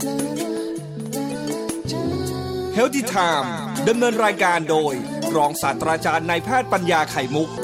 Healthy Time ดำเนินรายการโดยรองศาสตราจารย์นายแพทย์ปัญญาไข่มุก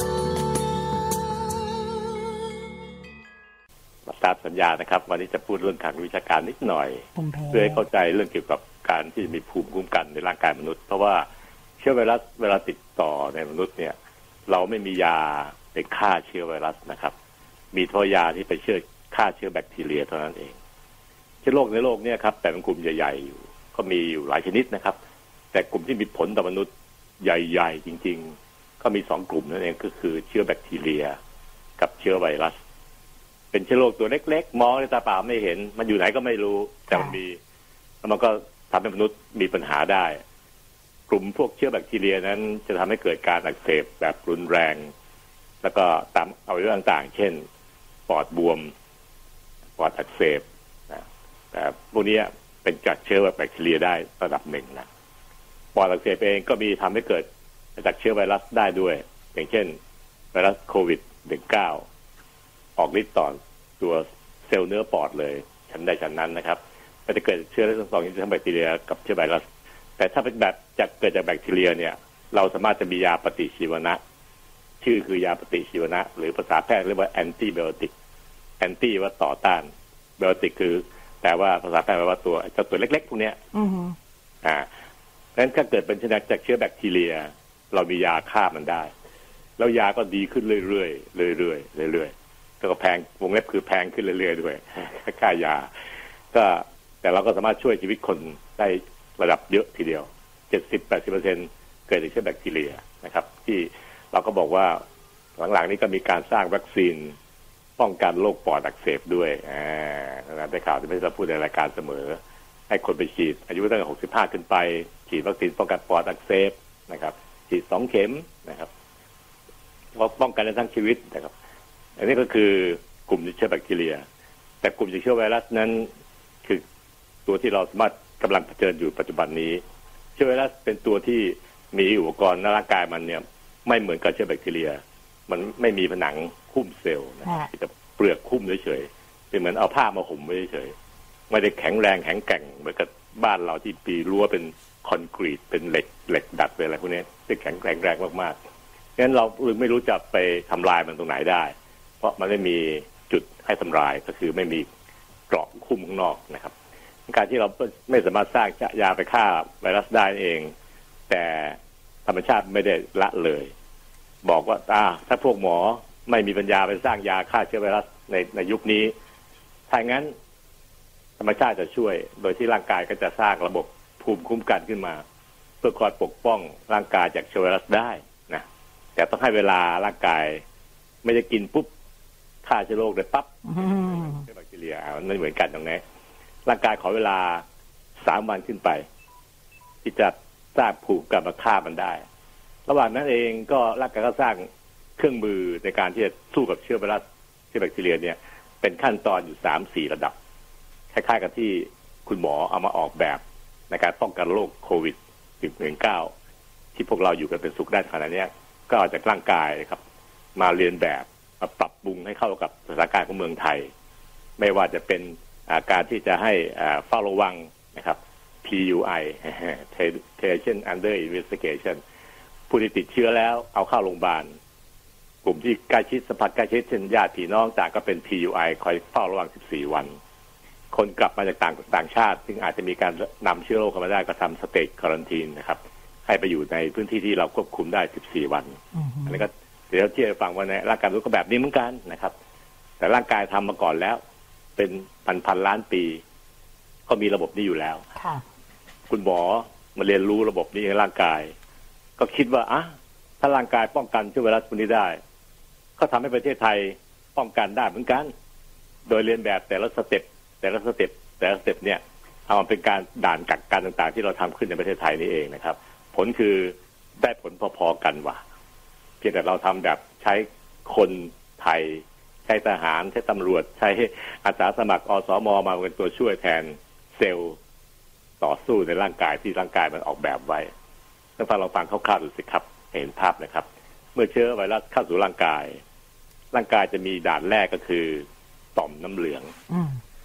ตามสัญญานะครับวันนี้จะพูดเรื่องทางวิชาการนิดหน่อยเพื่อให้เข้าใจเรื่องเกี่ยวกับการที่มีภูมิคุ้มกันในร่างกายมนุษย์เพราะว่าเชื้อไวรัสเวลาติดต่อในมนุษย์เนี่ยเราไม่มียาไปฆ่าเชื้อไวรัสนะครับมีเฉพาะยาที่ไปฆ่าเชื้อแบคทีเรียเท่านั้นเองเชื้อโรคในโลกเนี่ยครับแต่เป็นกลุ่มใหญ่ๆอยู่ก็มีอยู่หลายชนิดนะครับแต่กลุ่มที่มีผลต่อมนุษย์ใหญ่ๆจริงๆก็มี2กลุ่มนั่นเองก็คือเชื้อแบคทีเรียกับเชื้อไวรัสเป็นเชื้อโรคตัวเล็กๆมองด้วยตาเปล่าไม่เห็นมันอยู่ไหนก็ไม่รู้แต่มันมีแล้วมันก็ทำให้มนุษย์มีปัญหาได้กลุ่มพวกเชื้อแบคทีเรียนั้นจะทำให้เกิดการอักเสบแบบรุนแรงแล้วก็ตามอวัยวะต่างๆเช่นปอดบวมปอดอักเสบนะแต่พวกนี้เป็นจากเชื้อแบคทีเรียได้ระดับหนึ่งนะปอดอักเสบเองก็มีทำให้เกิดจากเชื้อไวรัสได้ด้วยอย่างเช่นไวรัสโควิด-19 ออกฤทธิ์ต่อตัวเซลล์เนื้อปอดเลยชั้นใดชั้นนั้นนะครับมันจะเกิดเชื้อทั้งสองอย่างทั้งแบคทีเรียกับเชื้อไวรัสแต่ถ้าเป็นแบบเกิดจากแบคทีเรียเนี่ยเราสามารถจะมียาปฏิชีวนะชื่อคือยาปฏิชีวนะหรือภาษาแพทย์เรียกว่าแอนติไบโอติกแอนตี้ว่าต่อต้านไบโอติกคือแต่ว่าภาษาแพทย์แปลว่าตัวเล็กๆพวกเนี้ยงั้นถ้าเกิดเป็นจากเชื้อแบคทีเรียเรามียาฆ่ามันได้แล้วยาก็ดีขึ้นเรื่อยๆเรื่อยๆก็แพงวงเล็บคือแพงขึ้นเรื่อยๆด้วยค่ายาก็แต่เราก็สามารถช่วยชีวิตคนได้ระดับเยอะทีเดียว 70-80% เกิดจากเชื้อแบคทีเรียนะครับที่เราก็บอกว่าหลังๆนี้ก็มีการสร้างวัคซีนป้องกันโรคปอดอักเสบด้วยได้ข่าวที่เราพูดในรายการเสมอให้คนไปฉีดอายุตั้งแต่65ขึ้นไปฉีดวัคซีนป้องกันปอดอักเสบนะครับฉีด2 เข็มนะครับป้องกันได้ทั้งชีวิตนะครับอันนี้ก็คือกลุ่มเชื้อแบคทีเรียแต่กลุ่มเชื้อไวรัสนั้นคือตัวที่เราสามารถกำลังเผชิญอยู่ปัจจุบันนี้เชื้อไวรัสเป็นตัวที่มีอุปกรณ์ในร่างกายมันเนี่ยไม่เหมือนกับเชื้อแบคทีเรียมันไม่มีผนังหุ้มเซลล์นะแต่เปลือกหุ้มเฉยๆเป็นเหมือนเอาผ้ามาห่มไว้เฉยๆไม่ได้แข็งแรงแข็งแกร่งเหมือนกับบ้านเราที่ปีรั้วเป็นคอนกรีตเป็นเหล็กดัดเป็นอะไรพวกนี้ที่แข็งแรงมากๆงั้นเราไม่รู้จะไปทำลายมันตรงไหนได้เพราะมันไม่มีจุดให้ทำลายก็คือไม่มีเกราะคุ้มข้างนอกนะครับการที่เราไม่สามารถสร้างยาไปฆ่าไวรัสได้เองแต่ธรรมชาติไม่ได้ละเลยบอกว่าถ้าพวกหมอไม่มีปัญญาไปสร้างยาฆ่าเชื้อไวรัสในยุคนี้ถ้างั้นธรรมชาติจะช่วยโดยที่ร่างกายก็จะสร้างระบบภูมิคุ้มกันขึ้นมาเพื่อคอยปกป้องร่างกายจากเชื้อไวรัสได้นะแต่ต้องให้เวลาร่างกายไม่ได้กินปุ๊บฆ่าเชื้อโรคเลยปั๊บเชื้อแบคทีเรียมันเหมือนกันตรงนี้ร่างกายขอเวลา3 วันขึ้นไปที่จะสร้างภูมิคุ้มกันมาฆ่ามันได้ระหว่างนั้นเองก็ร่างกายก็สร้างเครื่องมือในการที่จะสู้กับเชื้อไวรัสเชื้อแบคทีเรียเนี่ยเป็นขั้นตอนอยู่ 3-4 ระดับคล้ายๆกับที่คุณหมอเอามาออกแบบในการป้องกันโรคโควิด-19 ที่พวกเราอยู่กันเป็นสุขได้ขณะนี้ก็เอาจากร่างกายครับมาเรียนแบบมาปรับปรุงให้เข้ากับสถานการณ์ของเมืองไทยไม่ว่าจะเป็นการที่จะให้เฝ้าระวังนะครับ PUI Patient Under Investigation ผู้ที่ติดเชื้อแล้วเอาเข้าโรงพยาบาลกลุ่มที่ใกล้ชิดสัมผัสใกล้ชิดเช่นญาติพี่น้องต่างก็เป็น PUI คอยเฝ้าระวัง14 วันคนกลับมาจากต่างชาติซึ่งอาจจะมีการนำเชื้อโรคเข้ามาได้ก็ทำสเตจควอรันทีนนะครับให้ไปอยู่ในพื้นที่ที่เราควบคุมได้14 วันอันนี้ก็เดี๋ยวที่จะฟังว่าในร่างกายก็แบบนี้เหมือนกันนะครับแต่ร่างกายทำมาก่อนแล้วเป็นพันล้านปีก็มีระบบนี้อยู่แล้วคุณหมอมาเรียนรู้ระบบนี้ในร่างกายก็คิดว่าถ้าร่างกายป้องกันเชื้อไวรัสพวกนี้ได้ก็ทำให้ประเทศไทยป้องกันได้เหมือนกันโดยเรียนแบบแต่ละสเต็ปเนี่ยเอามาเป็นการด่านกักกันต่างๆที่เราทำขึ้นในประเทศไทยนี่เองนะครับผลคือได้ผลพอๆกันว่ะเพียงแต่เราทำแบบใช้คนไทยใช้ทหารใช้ตำรวจใช้อาสาสมัครอสม.มาเป็นตัวช่วยแทนเซลล์ต่อสู้ในร่างกายที่ร่างกายมันออกแบบไว้ถ้าเราฟังคร่าวๆดูสิครับเห็นภาพนะครับเมื่อเชื้อไวรัสเข้าสู่ร่างกายจะมีด่านแรกก็คือต่อมน้ำเหลือง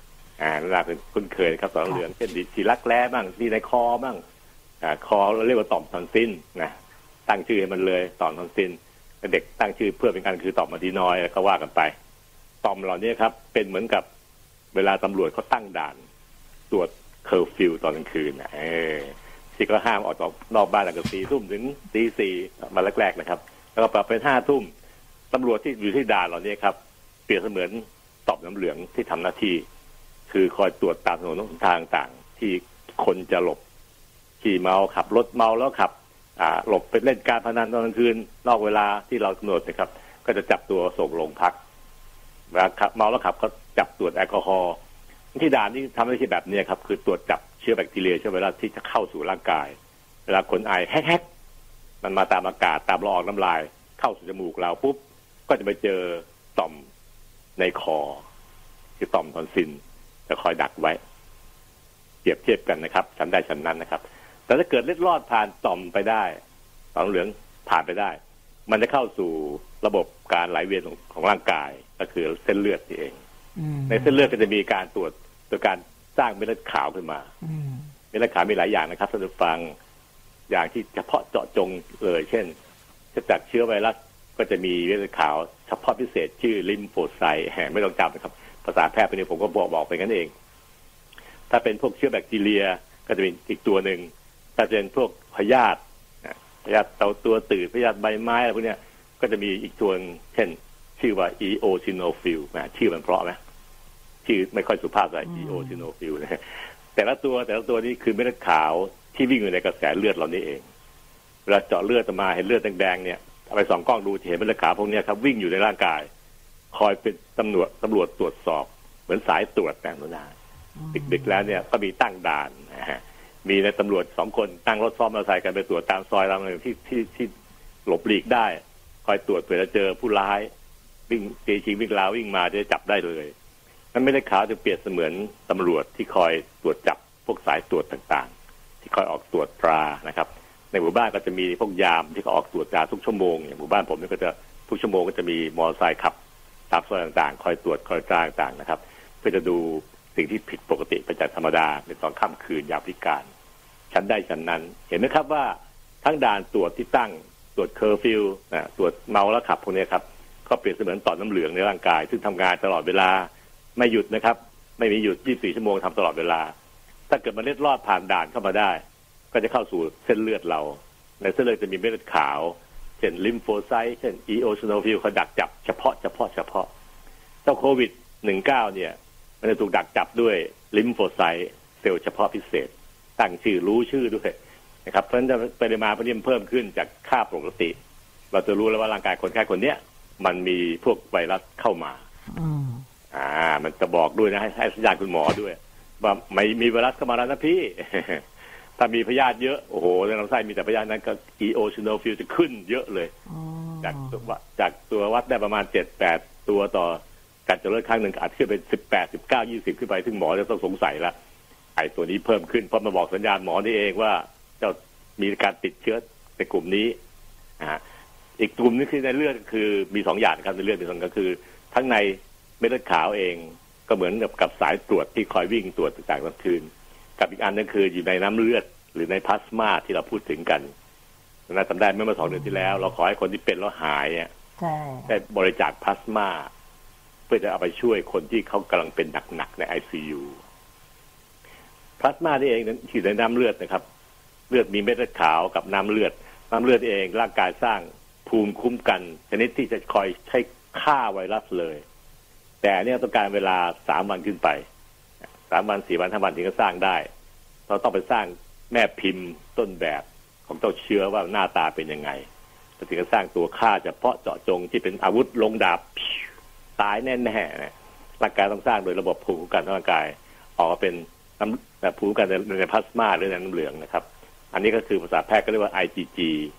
น่าเป็นคุ้นเคยครับต่อมน้ำเหลืองเช่นที่รักแร้บ้างที่ในคอบ้างคอเราเรียกว่าต่อมทอนซิลนะตั้งชื่อให้มันเลยต่อมทอนซิลเด็กตั้งชื่อเพื่อเป็นการคือต่อมอะดีนอยด์ก็ว่ากันไปต่อมเหล่านี้ครับเป็นเหมือนกับเวลาตำรวจเขาตั้งด่านตรวจเคอร์ฟิวตอนกลางคืนที่ก็ห้ามออกนอกบ้านตั้งแต่4 ทุ่มถึงตี 4มาแรกๆนะครับแล้วก็ปรับเป็น5 ทุ่มตำรวจที่อยู่ที่ด่านเหล่านี้ครับเปรียบเสมือนต่อมน้ำเหลืองที่ทำหน้าที่คือคอยตรวจตามถนนทางต่างที่คนจะหลบขี่เมาขับรถเมาแล้วขับหลบไปเล่นการพนันตอนกลางคืนนอกเวลาที่เรากำหนดนะครับก็จะจับตัวส่งโรงพักเวลาขับเมาแล้วขับก็จับตรวจแอลกอฮอล์ที่ด่านที่ทำหน้าที่แบบนี้ครับคือตรวจจับเชื้อแบคทีเรียเชื้อไวรัสที่จะเข้าสู่ร่างกายเวลาคนไอแฮกมันมาตามอากาศตามละอองน้ำลายเข้าสู่จมูกเราปุ๊บก็จะไปเจอต่อมในคอคือต่อมทอนซิลจะคอยดักไว้เปรียบเทียบกันนะครับชั้นใดชั้นนั้นนะครับแต่ถ้าเกิดเล็ดลอดผ่านต่อมไปได้ต่อมเหลืองผ่านไปได้มันจะเข้าสู่ระบบการไหลเวียนของร่างกายก็คือเส้นเลือดนี่เองในเส้นเลือดก็จะมีการตรวจโดยการสร้างเม็ดเลือดขาวขึ้นมาเม็ดเลือดขาวมีหลายอย่างนะครับท่านผู้ฟังอย่างที่เฉพาะเจาะจงเลยเช่นจากเชื้อไวรัสก็จะมีเม็ดเลือดขาวเฉพาะพิเศษชื่อลิมโฟไซต์ไม่ต้องจำนะครับภาษาแพทย์เป็นผมก็บอกไปงั้นเองถ้าเป็นพวกเชื้อแบคทีเรียก็จะเป็นอีกตัวหนึ่งถ้าเป็นพวกพยาธิตัวตืดพยาธิใบไม้อะไรพวกนี้ก็จะมีอีกตัวเช่นชื่อว่า eosinophil ชื่อมันเพราะไหมชื่อไม่ค่อยสุภาพเลย eosinophil นะแต่ละตัวนี้คือเม็ดเลือดขาวที่วิ่งอยู่ในกระแสเลือดเรานี่เองเวลาเจาะเลือดมาเห็นเลือดแดงๆเนี่ยเอาไปส่องกล้องดูเห็นเม็ดเลือดขาวพวกนี้ครับวิ่งอยู่ในร่างกายคอยเป็นตำรวจตรวจสอบเหมือนสายตรวจแต่งนาดึกๆแล้วเนี่ยก็มีตั้งด่านมีในตำรวจ2 คนตั้งรถซ้อมมอเตอร์ไซค์กันไปตรวจตามซอยตามอะไรที่หลบหลีกได้คอยตรวจเผื่อจะเจอผู้ร้ายวิ่งตีชิงวิ่งราววิ่งมาจะจับได้เลยนั่นไม่ได้ข่าวจะเปรียบเสมือนตำรวจที่คอยตรวจจับพวกสายตรวจต่างๆที่คอยออกตรวจตรานะครับในหมู่บ้านก็จะมีพวกยามที่เขาออกตรวจตราทุกชั่วโมงอย่างหมู่บ้านผมนี่ก็จะทุกชั่วโมงก็จะมีมอเตอร์ไซค์ขับตามซอยต่างๆคอยตรวจคอยตราต่างๆนะครับเพื่อจะดูสิ่งที่ผิดปกติไปจากธรรมดาในตอนค่ำคืนยามวิกาลชั้นได้ชั้นนั้นเห็นไหมครับว่าทั้งด่านตรวจที่ตั้งตรวจเคอร์ฟิวตรวจเมาแล้วขับพวกนี้ครับก็เปรียบเสมือนต่อมน้ำเหลืองในร่างกายซึ่งทำงานตลอดเวลาไม่หยุดนะครับไม่มีหยุด24 ชั่วโมงทำตลอดเวลาถ้าเกิดมันเล็ดลอดผ่านด่านเข้ามาได้ก็จะเข้าสู่เส้นเลือดเราในเส้นเลือดจะมีเม็ดเลือดขาวเช่นลิมโฟไซต์เช่นอีโอซิโนฟิลเขาดักจับเฉพาะเจ้าโควิด-19เนี่ยมันจะถูกดักจับด้วยลิมโฟไซต์เซลล์เฉพาะพิเศษตั้งชื่อรู้ชื่อด้วยนะครับเพราะฉะนั้นปริมาณพวกนี้เพิ่มขึ้นจากค่าปกติเราจะรู้แล้วว่าร่างกายคนไข้คนเนี้ยมันมีพวกไวรัสเข้ามามันจะบอกด้วยนะให้สัญญาณคุณหมอด้วยว่าไม่มีไวรัสเข้ามาแล้วนะพี่ ถ้ามีพยาธิเยอะโอ้โหในลำไส้มีแต่พยาธินั้นก็ eosinophil จะขึ้นเยอะเลยจากตัววัดได้ประมาณ 7-8 ตัวต่อการเจาะเลือดครั้งหนึ่งอาจขึ้นเป็น18 19 20ขึ้นไปซึ่งหมอจะต้องสงสัยละไอ้ตัวนี้เพิ่มขึ้นเพราะมาบอกสัญญาณหมอนี่เองว่าเจ้ามีการติดเชื้อในกลุ่มนี้อีกกลุ่มนึงคือในเลือดคือมี2 อย่างครับในเลือดมี2ก็คือทั้งในเม็ดเลือดขาวเองก็เหมือนกับสายตรวจที่คอยวิ่งตรวจต่างๆกลางคืนกับอีกอันนึงคืออยู่ในน้ำเลือดหรือในพลาสมาที่เราพูดถึงกันนะจำได้เมื่อ2 เดือนที่แล้วเราขอให้คนที่เป็นแล้วหายได้บริจาคพลาสมาเพื่อจะเอาไปช่วยคนที่เขากำลังเป็นหนักๆใน ICU พลาสมานี่เองนั้นอยู่ในน้ำเลือดนะครับเลือดมีเม็ดเลือดขาวกับน้ำเลือดเองร่างกายสร้างภูมิคุ้มกันชนิดที่จะคอยใช้ฆ่าไวรัสเลยแต่เนี่ยต้องการเวลา3 วันขึ้นไป3 วัน4 วัน5 วันถึงจะสร้างได้เราต้องไปสร้างแม่พิมพ์ต้นแบบของเจ้าเชื้อว่าหน้าตาเป็นยังไงถึงจะสร้างตัวฆ่าเฉพาะเจาะจงที่เป็นอาวุธลงดาบตายแน่ๆร่างกายต้องสร้างโดยระบบภูมิคุ้มกันร่างกายออกมาเป็นแบบภูมิคุ้มกันในพลาสมาหรือในน้ำเหลืองนะครับอันนี้ก็คือภาษาแพทย์ก็เรียกว่า IgG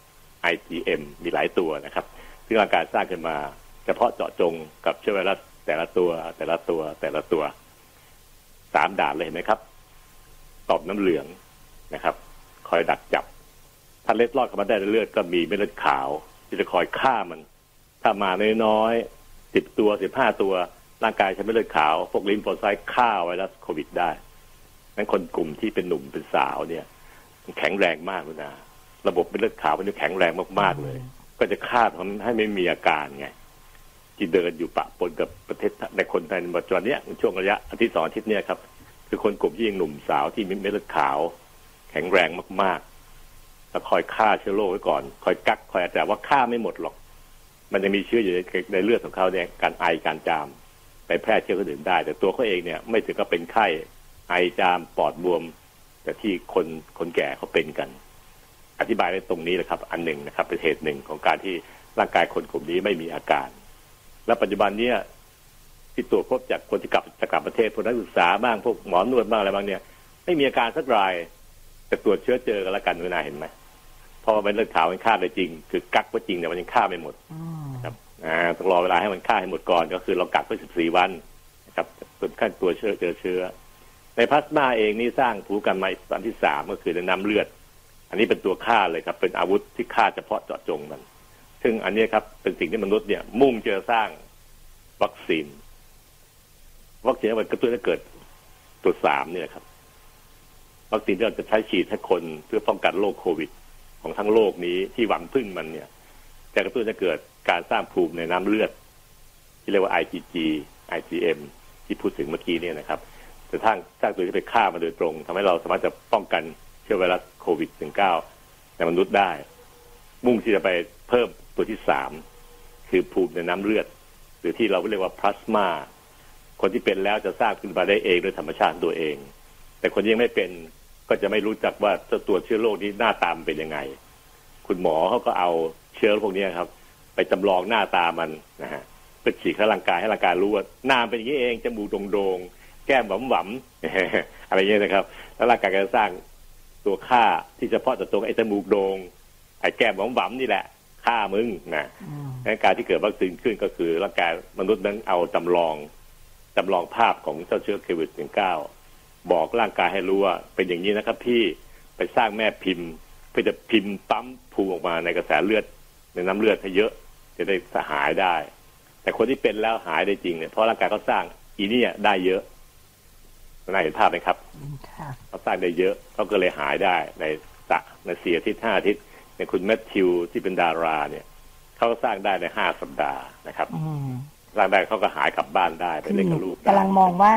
IgM มีหลายตัวนะครับซึ่งร่างกายสร้างขึ้นมาเฉพาะเจาะจงกับเชื้อไวรัสแต่ละตัว3 ด่านเลยเห็นไหมครับต่อมน้ำเหลืองนะครับคอยดักจับถ้าเล็ดลอดเข้ามาได้ในเลือดก็มีเม็ดเลือดขาวที่จะคอยฆ่ามันถ้ามาน้อยๆ10 ตัว15 ตัวร่างกายใช้เม็ดเลือดขาวพวกลิมโฟไซต์ฆ่าไวรัสโควิดได้นั้นคนกลุ่มที่เป็นหนุ่มเป็นสาวเนี่ยแข็งแรงมากเลยนะระบบเม็ดเลือดขาวมันจะแข็งแรงมากๆเลยก็จะฆ่าทำให้ไม่มีอาการไงที่เดินอยู่ปะปนกับประเทศในคนไทยในปัจจุบันนี้ช่วงระยะอาทิตย์2 อาทิตย์เนี่ยครับคือคนกลุ่มที่ยังหนุ่มสาวที่มีเม็ดเลือดขาวแข็งแรงมากๆแล้วคอยฆ่าเชื้อโรคไว้ก่อนคอยกักคอยแต่ว่าฆ่าไม่หมดหรอกมันจะมีเชื้ออยู่ในเลือดของเขาเนี่ยการไอการจามไปแพร่เชื้อคนอื่นได้แต่ตัวเขาเองเนี่ยไม่ถึงกับเป็นไข้ไอจามปอดบวมแต่ที่คนแก่เขาเป็นกันอธิบายไว้ตรงนี้นะครับอันหนึ่งนะครับเป็นเหตุหนึ่งของการที่ร่างกายคนกลุ่มนี้ไม่มีอาการและปัจจุบันนี้ที่ตรวจพบจากคนที่กลับจากต่างประเทศพวกนักศึกษาบ้างพวกหมอนวดบ้างอะไรบ้างเนี่ยไม่มีอาการสักรายแต่ตรวจเชื้อเจอกันแล้วกันเวลาเห็นไหมพอมันเลือดขาวมันฆ่าได้จริงคือกักไว้จริงแต่มันยังฆ่าไม่หมดครับต้องรอเวลาให้มันฆ่าให้หมดก่อนก็คือเรากักไว้14 วันนะครับจนขั้นตัวเชื้อเจอเชื้อในพลาสมาเองนี่สร้างภูมิคุ้มกันมาอันที่3ก็คือในน้ำเลือดอันนี้เป็นตัวฆ่าเลยครับเป็นอาวุธที่ฆ่าเฉพาะเจาะจงมันซึ่งอันนี้ครับเป็นสิ่งที่มนุษย์เนี่ยมุ่งจะสร้างวัคซีนมันกระตุ้นให้เกิดตัว3เนี่ยครับวัคซีนที่เราจะใช้ฉีดให้คนเพื่อป้องกันโรคโควิดของทั้งโลกนี้ที่หวังพึ่งมันเนี่ยจะกระตุ้นให้เกิดการสร้างภูมิในน้ำเลือดที่เรียกว่า IgG IgM ที่พูดถึงเมื่อกี้เนี่ยนะครับจะสร้างตัวที่ไปฆ่ามาโดยตรงทำให้เราสามารถจะป้องกันเชื้อไวรัสโควิด -19 ในมนุษย์ได้มุ่งที่จะไปเพิ่มตัวที่3คือภูมิในน้ำเลือดหรือที่เราเรียกว่าพลาสมาคนที่เป็นแล้วจะสร้างขึ้นมาได้เองโดยธรรมชาติตัวเองแต่คนที่ยังไม่เป็นก็จะไม่รู้จักว่าตัวเชื้อโรคนี้หน้าตาเป็นยังไงคุณหมอเขาก็เอาเชื้อพวกนี้ครับไปจำลองหน้าตามันนะฮะไปฉีดเข้าร่างกายให้ร่างกายรู้ว่าหน้าเป็นอย่างนี้เองจมูกโด่งๆแก้มหวำๆอะไรเงี้ยนะครับแล้วร่างกายก็จะสร้างตัวฆ่าที่เฉพาะตรงไอ้จมูกโด่งไอ้แก้มหวำๆนี่แหละฆ่ามึงนะการที่เกิดวัคซีนขึ้นก็คือร่างกายมนุษย์นั้นเอาจำลองภาพของเจ้าเชื้อโควิด -19 บอกร่างกายให้รู้ว่าเป็นอย่างนี้นะครับพี่ไปสร้างแม่พิมพ์เพื่อจะพิมพ์ปั๊มภูมิออกมาในกระแสเลือดในน้ำเลือดให้เยอะจะได้หายได้แต่คนที่เป็นแล้วหายได้จริงเนี่ยเพราะร่างกายเขาสร้างอีนี่ได้เยอะน่าเห็นภาพไหมครับเขาสร้างได้เยอะเขาก็เลยหายได้ใน4 อาทิตย์5 อาทิตย์ในคุณแมทธิวที่เป็นดาราเนี่ยเขาก็สร้างได้ใน5 สัปดาห์นะครับสร้างได้เขาก็หายกลับบ้านได้ไปเล่นกับลูกกำลังมองว่า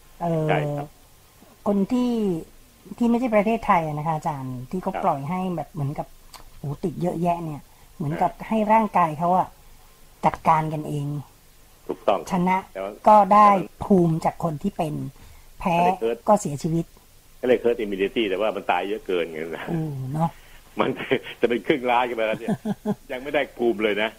คนที่ไม่ใช่ประเทศไทยนะคะอาจารย์ที่เขาปล่อยให้แบบเหมือนกับติดเยอะแยะเนี่ยเหมือนกับให้ร่างกายเขาอะจัดการกันเองถูกต้องชนะก็ได้ภูมิจากคนที่เป็นแพ้ก็เสียชีวิตก็เลยเคิร์ดอิมมิเนตี้แต่ว่ามันตายเยอะเกินไงนะเนาะมันจะเป็นครึ่งล้านกันไปแล้วเนี่ยยังไม่ได้ภูมิเลยนะ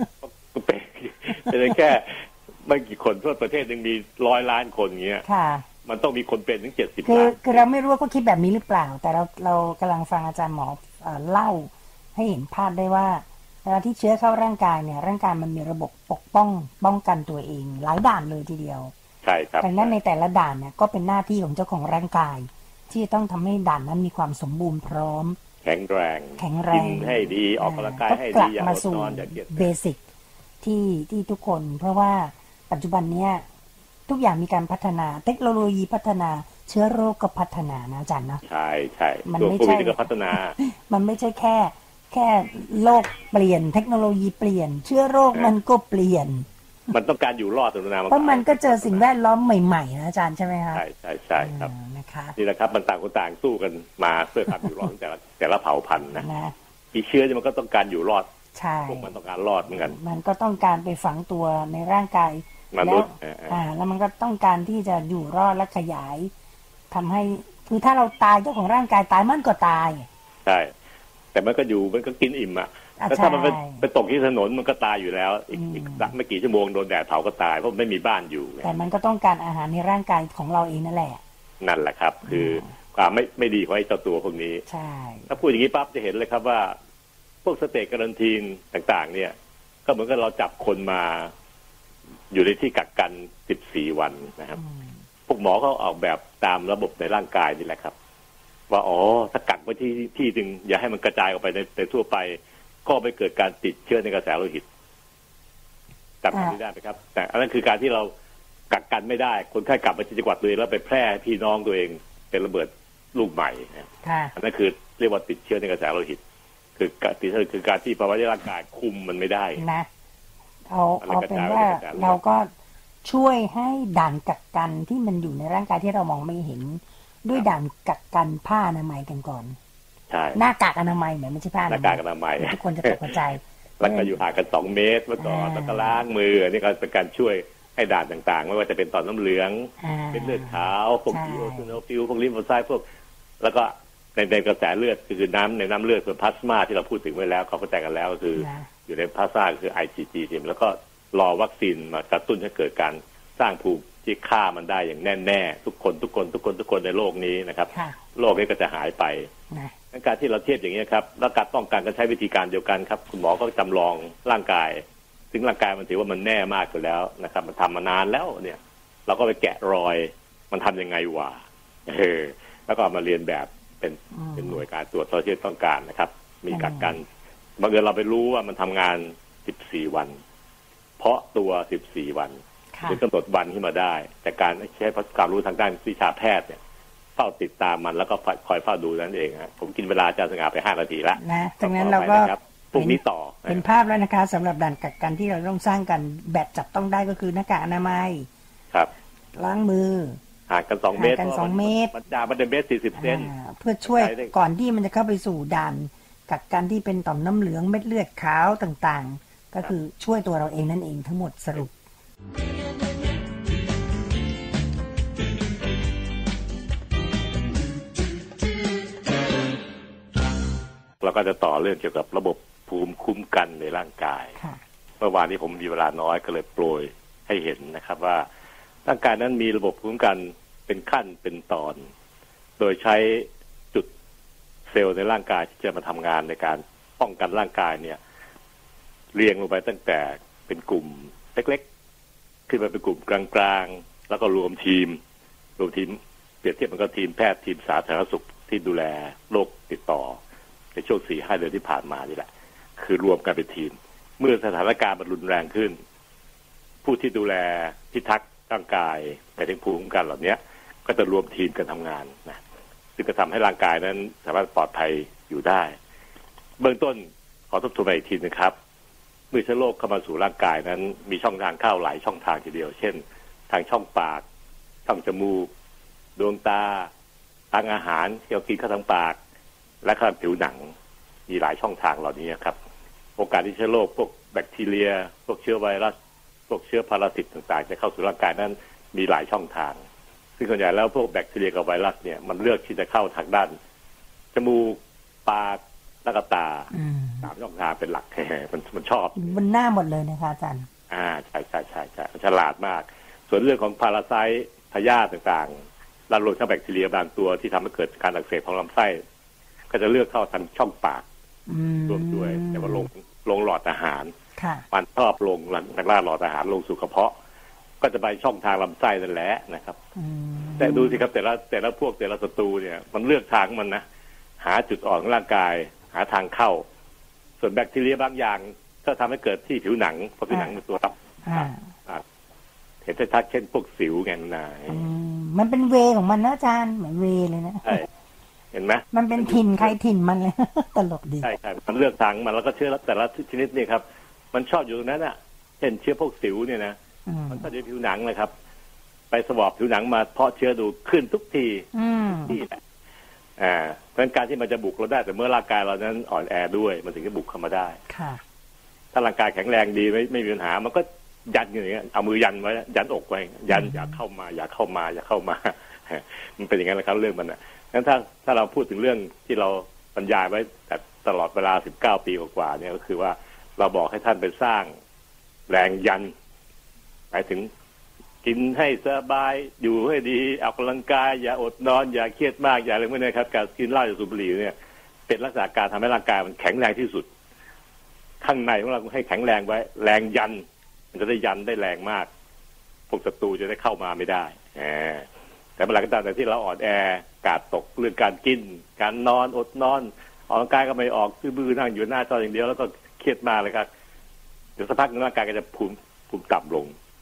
เป็นแค่ไม่กี่คนทั่วประเทศยังมี100 ล้านคนเงี้ยมันต้องมีคนเป็นถึง70 ล้านคือเราไม่รู้ว่าเขาคิดแบบนี้หรือเปล่าแต่เรากำลังฟังอาจารย์หมอเล่าให้เห็นภาพได้ว่าเวลาที่เชื้อเข้าร่างกายเนี่ยร่างกายมันมีระบบปกป้องกันตัวเองหลายด่านเลยทีเดียวใช่ครับดังนั้นในแต่ละด่านเนี่ยก็เป็นหน้าที่ของเจ้าของร่างกายที่ต้องทำให้ด่านนั้นมีความสมบูรณ์พร้อมแข็งแรงกินให้ดีออกกำลังกายให้ดีอย่าอดนอนอย่าเกียจเบสิกที่ทุกคนเพราะว่าปัจจุบันเนี้ยทุกอย่างมีการพัฒนาเทคโนโลยีพัฒนาเชื้อโรคก็พัฒนานะอาจารย์นะใช่ใช่ตัวโควิดก็พัฒนามันไม่ใช่แค่โลกเปลี่ยนเทคโนโลยีเปลี่ยนเชื้อโรคมันก็เปลี่ยนมันต้องการอยู่รอดตรงนั้นเพราะมันก็เจอสิ่งแวดล้อมใหม่ๆนะอาจารย์ใช่ไหมคะใช่ครับนะคะนี่แหละครับมันต่างคนต่างสู้กันมาเพื่อความอยู่รอดแต่ละเผ่าพันธุ์นะมีเชื้อมันก็ต้องการอยู่รอดพวกมันต้องการรอดเหมือนกันมันก็ต้องการไปฝังตัวในร่างกายมนุษย์แล้วมันก็ต้องการที่จะอยู่รอดและขยายทำให้คือถ้าเราตายเจ้าของร่างกายตายมันก็ตายใช่แต่มันก็อยู่มันก็กินอิ่มอ่ะแล้วถ้ามันไปตกที่ถนนมันก็ตายอยู่แล้วอีกไม่กี่ชั่วโมงโดนแดดเผาก็ตายเพราะไม่มีบ้านอยู่แต่มันก็ต้องการอาหารในร่างกายของเราเองนั่นแหละนั่นแหละครับคือความไม่ดีของไอ้เจ้าตัวพวกนี้ใช่ถ้าพูดอย่างนี้ปั๊บจะเห็นเลยครับว่าพวกสเตทการันตีนต่างๆเนี่ยก็เหมือนกับเราจับคนมาอยู่ในที่กักกัน14 วันนะครับพวกหมอเขาออกแบบตามระบบในร่างกายนี่แหละครับว่าถ้ากักไว้ที่นึงอย่าให้มันกระจายออกไปในทั่วไปก็ไม่เกิดการติดเชื้อในกระแสโลหิตจับนี้ได้ไหมครับแต่อันนั้นคือการที่เรากักกันไม่ได้คนไข้กลับมาที่จังหวัดตัวเองแล้วไปแพร่พี่น้องตัวเองเป็นระเบิดลูกใหม่อันนั้นคือเรียกว่าติดเชื้อในกระแสโลหิตคือติดเชื้อคือการที่ภาวะในร่างกายคุมมันไม่ได้นะเอาเป็นว่าเราก็ช่วยให้ด่านกักกันที่มันอยู่ในร่างกายที่เรามองไม่เห็นด้วยด่านกักกันผ้าอนามัยกันก่อนใช่หน้ากากอนามัยเหมือนไม่ใช่ผ้าหน้ากากอนามัยทุกคนจะตกใจแล้วก็อยู่ห่างกัน2 เมตรเมื่อก่อนแล้วก็ล้างมือนี่ก็เป็นการช่วยให้ด่านต่างๆไม่ว่าจะเป็นต่อมน้ำเหลืองเป็นเลือดขาวพวกอีโอซิโนฟิลพวกลิมโฟไซต์พวกแล้วก็ในกระแสเลือดคือน้ำในน้ำเลือดส่วนพลาสมาที่เราพูดถึงไว้แล้วเขาเข้าใจกันแล้วก็คืออยู่ในพลาสมาคือ IgG แล้วก็รอวัคซีนมากระตุ้นให้เกิดการสร้างภูมิที่ฆ่ามันได้อย่างแน่ๆทุกคนในโลกนี้นะครับโลกนี้ก็จะหายไปการที่เราเทียบอย่างนี้ครับแล้วการป้องกันก็ใช้วิธีการเดียวกันครับคุณหมอก็จำลองร่างกายซึ่งร่างกายมันถือว่ามันแน่มากอยู่แล้วนะครับมันทำมานานแล้วเนี่ยเราก็ไปแกะรอยมันทำยังไงวะแล้วก็มาเรียนแบบเป็นหน่วยการตรวจสอบที่ต้องการนะครับมีกักกันบางเอิญเราไปรู้ว่ามันทำงาน14 วันเพราะตัว14 วันถึงกำหนดวันที่มาได้แต่การใช้ความรู้ทางด้านวิชาแพทย์เนี่ยเฝ้าติดตามมันแล้วก็คอยเฝ้าดูนั่นเองครับผมกินเวลาอาจารย์สง่าไป5 นาทีแล้วนะดังนั้นเราก็พรุ่งนี้ต่อเป็นภาพแล้วนะคะสำหรับด่านกักกันที่เราต้องสร้างกันแบบจับต้องได้ก็คือหน้ากากอนามัยครับล้างมือห่างกัน2 เมตรมันจะมันเป็น1.40 เซนเพื่อช่วยก่อนที่มันจะเข้าไปสู่ด่านกักกันที่เป็นต่อมน้ำเหลืองเม็ดเลือดขาวต่างๆก็คือช่วยตัวเราเองนั่นเองทั้งหมดสรุปเราก็จะต่อเรื่องเกี่ยวกับระบบภูมิคุ้มกันในร่างกายเมื่อวานนี้ผมมีเวลาน้อยก็เลยโปรยให้เห็นนะครับว่าร่างกายนั้นมีระบบภูมิคุ้มกันเป็นขั้นเป็นตอนโดยใช้จุดเซลล์ในร่างกายที่จะมาทำงานในการป้องกันร่างกายเนี่ยเรียงลงไปตั้งแต่เป็นกลุ่มเล็กๆขึ้นไปเป็นกลุ่มกลางๆแล้วก็รวมทีมเปรียบเทียบมันก็ทีมแพทย์ทีมสาธารณสุขที่ดูแลโรคติดต่อในช่วง 4-5 เดือนที่ผ่านมานี่แหละคือรวมกันเป็นทีมเมื่อสถานการณ์มันรุนแรงขึ้นผู้ที่ดูแลพิทักษ์ร่างกายไปถึงภูมิคุ้มกันเหล่านี้ก็จะรวมทีมกันทำงานนะซึ่งจะทำให้ร่างกายนั้นสามารถปลอดภัยอยู่ได้เบื้องต้นขอทบทวนอีกทีนะครับเมื่อเชื้อโรคเข้ามาสู่ร่างกายนั้นมีช่องทางเข้าหลายช่องทางทีเดียวเช่นทางช่องปากช่องจมูกดวงตาทางอาหารที่เรากินเข้าทางปากและข้างผิวหนังมีหลายช่องทางเหล่านี้ครับโอกาสที่เชื้อโรคพวกแบคทีเรียพวกเชื้อไวรัสพวกเชื้อพาราสิตต่างๆจะเข้าสู่ร่างกายนั้นมีหลายช่องทางซึ่งส่วนใหญ่แล้วพวกแบคทีเรียกับไวรัสเนี่ยมันเลือกที่จะเข้าทางด้านจมูกปากและก็ตา3 ช่องทางเป็นหลักมันชอบมันหน้าหมดเลยนะคะอาจารย์ใช่ฉลาดมากส่วนเรื่องของพาราไซต์พยาธิต่างๆและรวมทั้งแบคทีเรียบางตัวที่ทำให้เกิดการอักเสบของลำไส้ก็จะเลือกเข้าทางช่องปากรวมด้วยแต่ว่าลงหลอดอาหารมันชอบลงทางหลอดอาหารลงสู่กระเพาะก็จะไปช่องทางลำไส้นั่นแหละนะครับแต่ดูสิครับแต่ละพวกแต่ละศัตรูเนี่ยมันเลือกทางมันนะหาจุดอ่อนของร่างกายหาทางเข้าส่วนแบคทีเรียบางอย่างก็ทำให้เกิดที่ผิวหนังเพราะผิวหนังเป็นตัวรับเห็นชัดๆเช่นพวกสิวไงนายมันเป็นเวของมันนะอาจารย์เหมือนเวเลยนะเห็นไหมมันเป็นถิ่นใครถิ่นมันเลยตลกดีใช่มันเลือกทางมันแล้วก็เชื้อแต่ละชนิดนี่ครับมันชอบอยู่ตรงนั้นอ่ะเช่นเชื้อพวกสิวเนี่ยนะมันก็จะผิวหนังนะครับไปสวอปผิวหนังมาเพาะเชื้อดูขึ้นทุกทีที่แหละเพราะการที่มันจะบุกเราได้แต่เมื่อร่างกายเรานั้นอ่อนแอด้วยมันถึงจะบุกเข้ามาได้ถ้าร่างกายแข็งแรงดีไม่มีปัญหามันก็ยันอย่างเงี้ยเอามือยันไว้ยันอกไว้ยันอย่าเข้ามามันเป็นอย่างนั้นแหละครับเรื่องมันอ่ะงั้นถ้าเราพูดถึงเรื่องที่เราบรรยายไว้แต่ตลอดเวลา19 ปีกว่าเนี่ยก็คือว่าเราบอกให้ท่านไปสร้างแรงยันหมายถึงกินให้สบายอยู่ให้ดีออกกำลังกายอย่าอดนอนอย่าเครียดมากอย่าอะไรพวกนี้ครับการกินเหล้าอย่าสูบบุหรี่เนี่ยเป็นลักษณะการทำให้ร่างกายมันแข็งแรงที่สุดข้างในของเราให้แข็งแรงไว้แรงยันมันจะได้ยันได้แรงมากพวกศัตรูจะได้เข้ามาไม่ได้แต่เมื่อไหร่ก็ตามแต่ที่เราอ่อนแอกาดตกเรื่องการกินการนอนอดนอนออกกำลังกายก็ไม่ออกบื้อนั่งอยู่หน้าจออย่างเดียวแล้วก็เครียดมากเลยครับเดี๋ยวสักพักร่างกายก็จะภูมิต่ำลง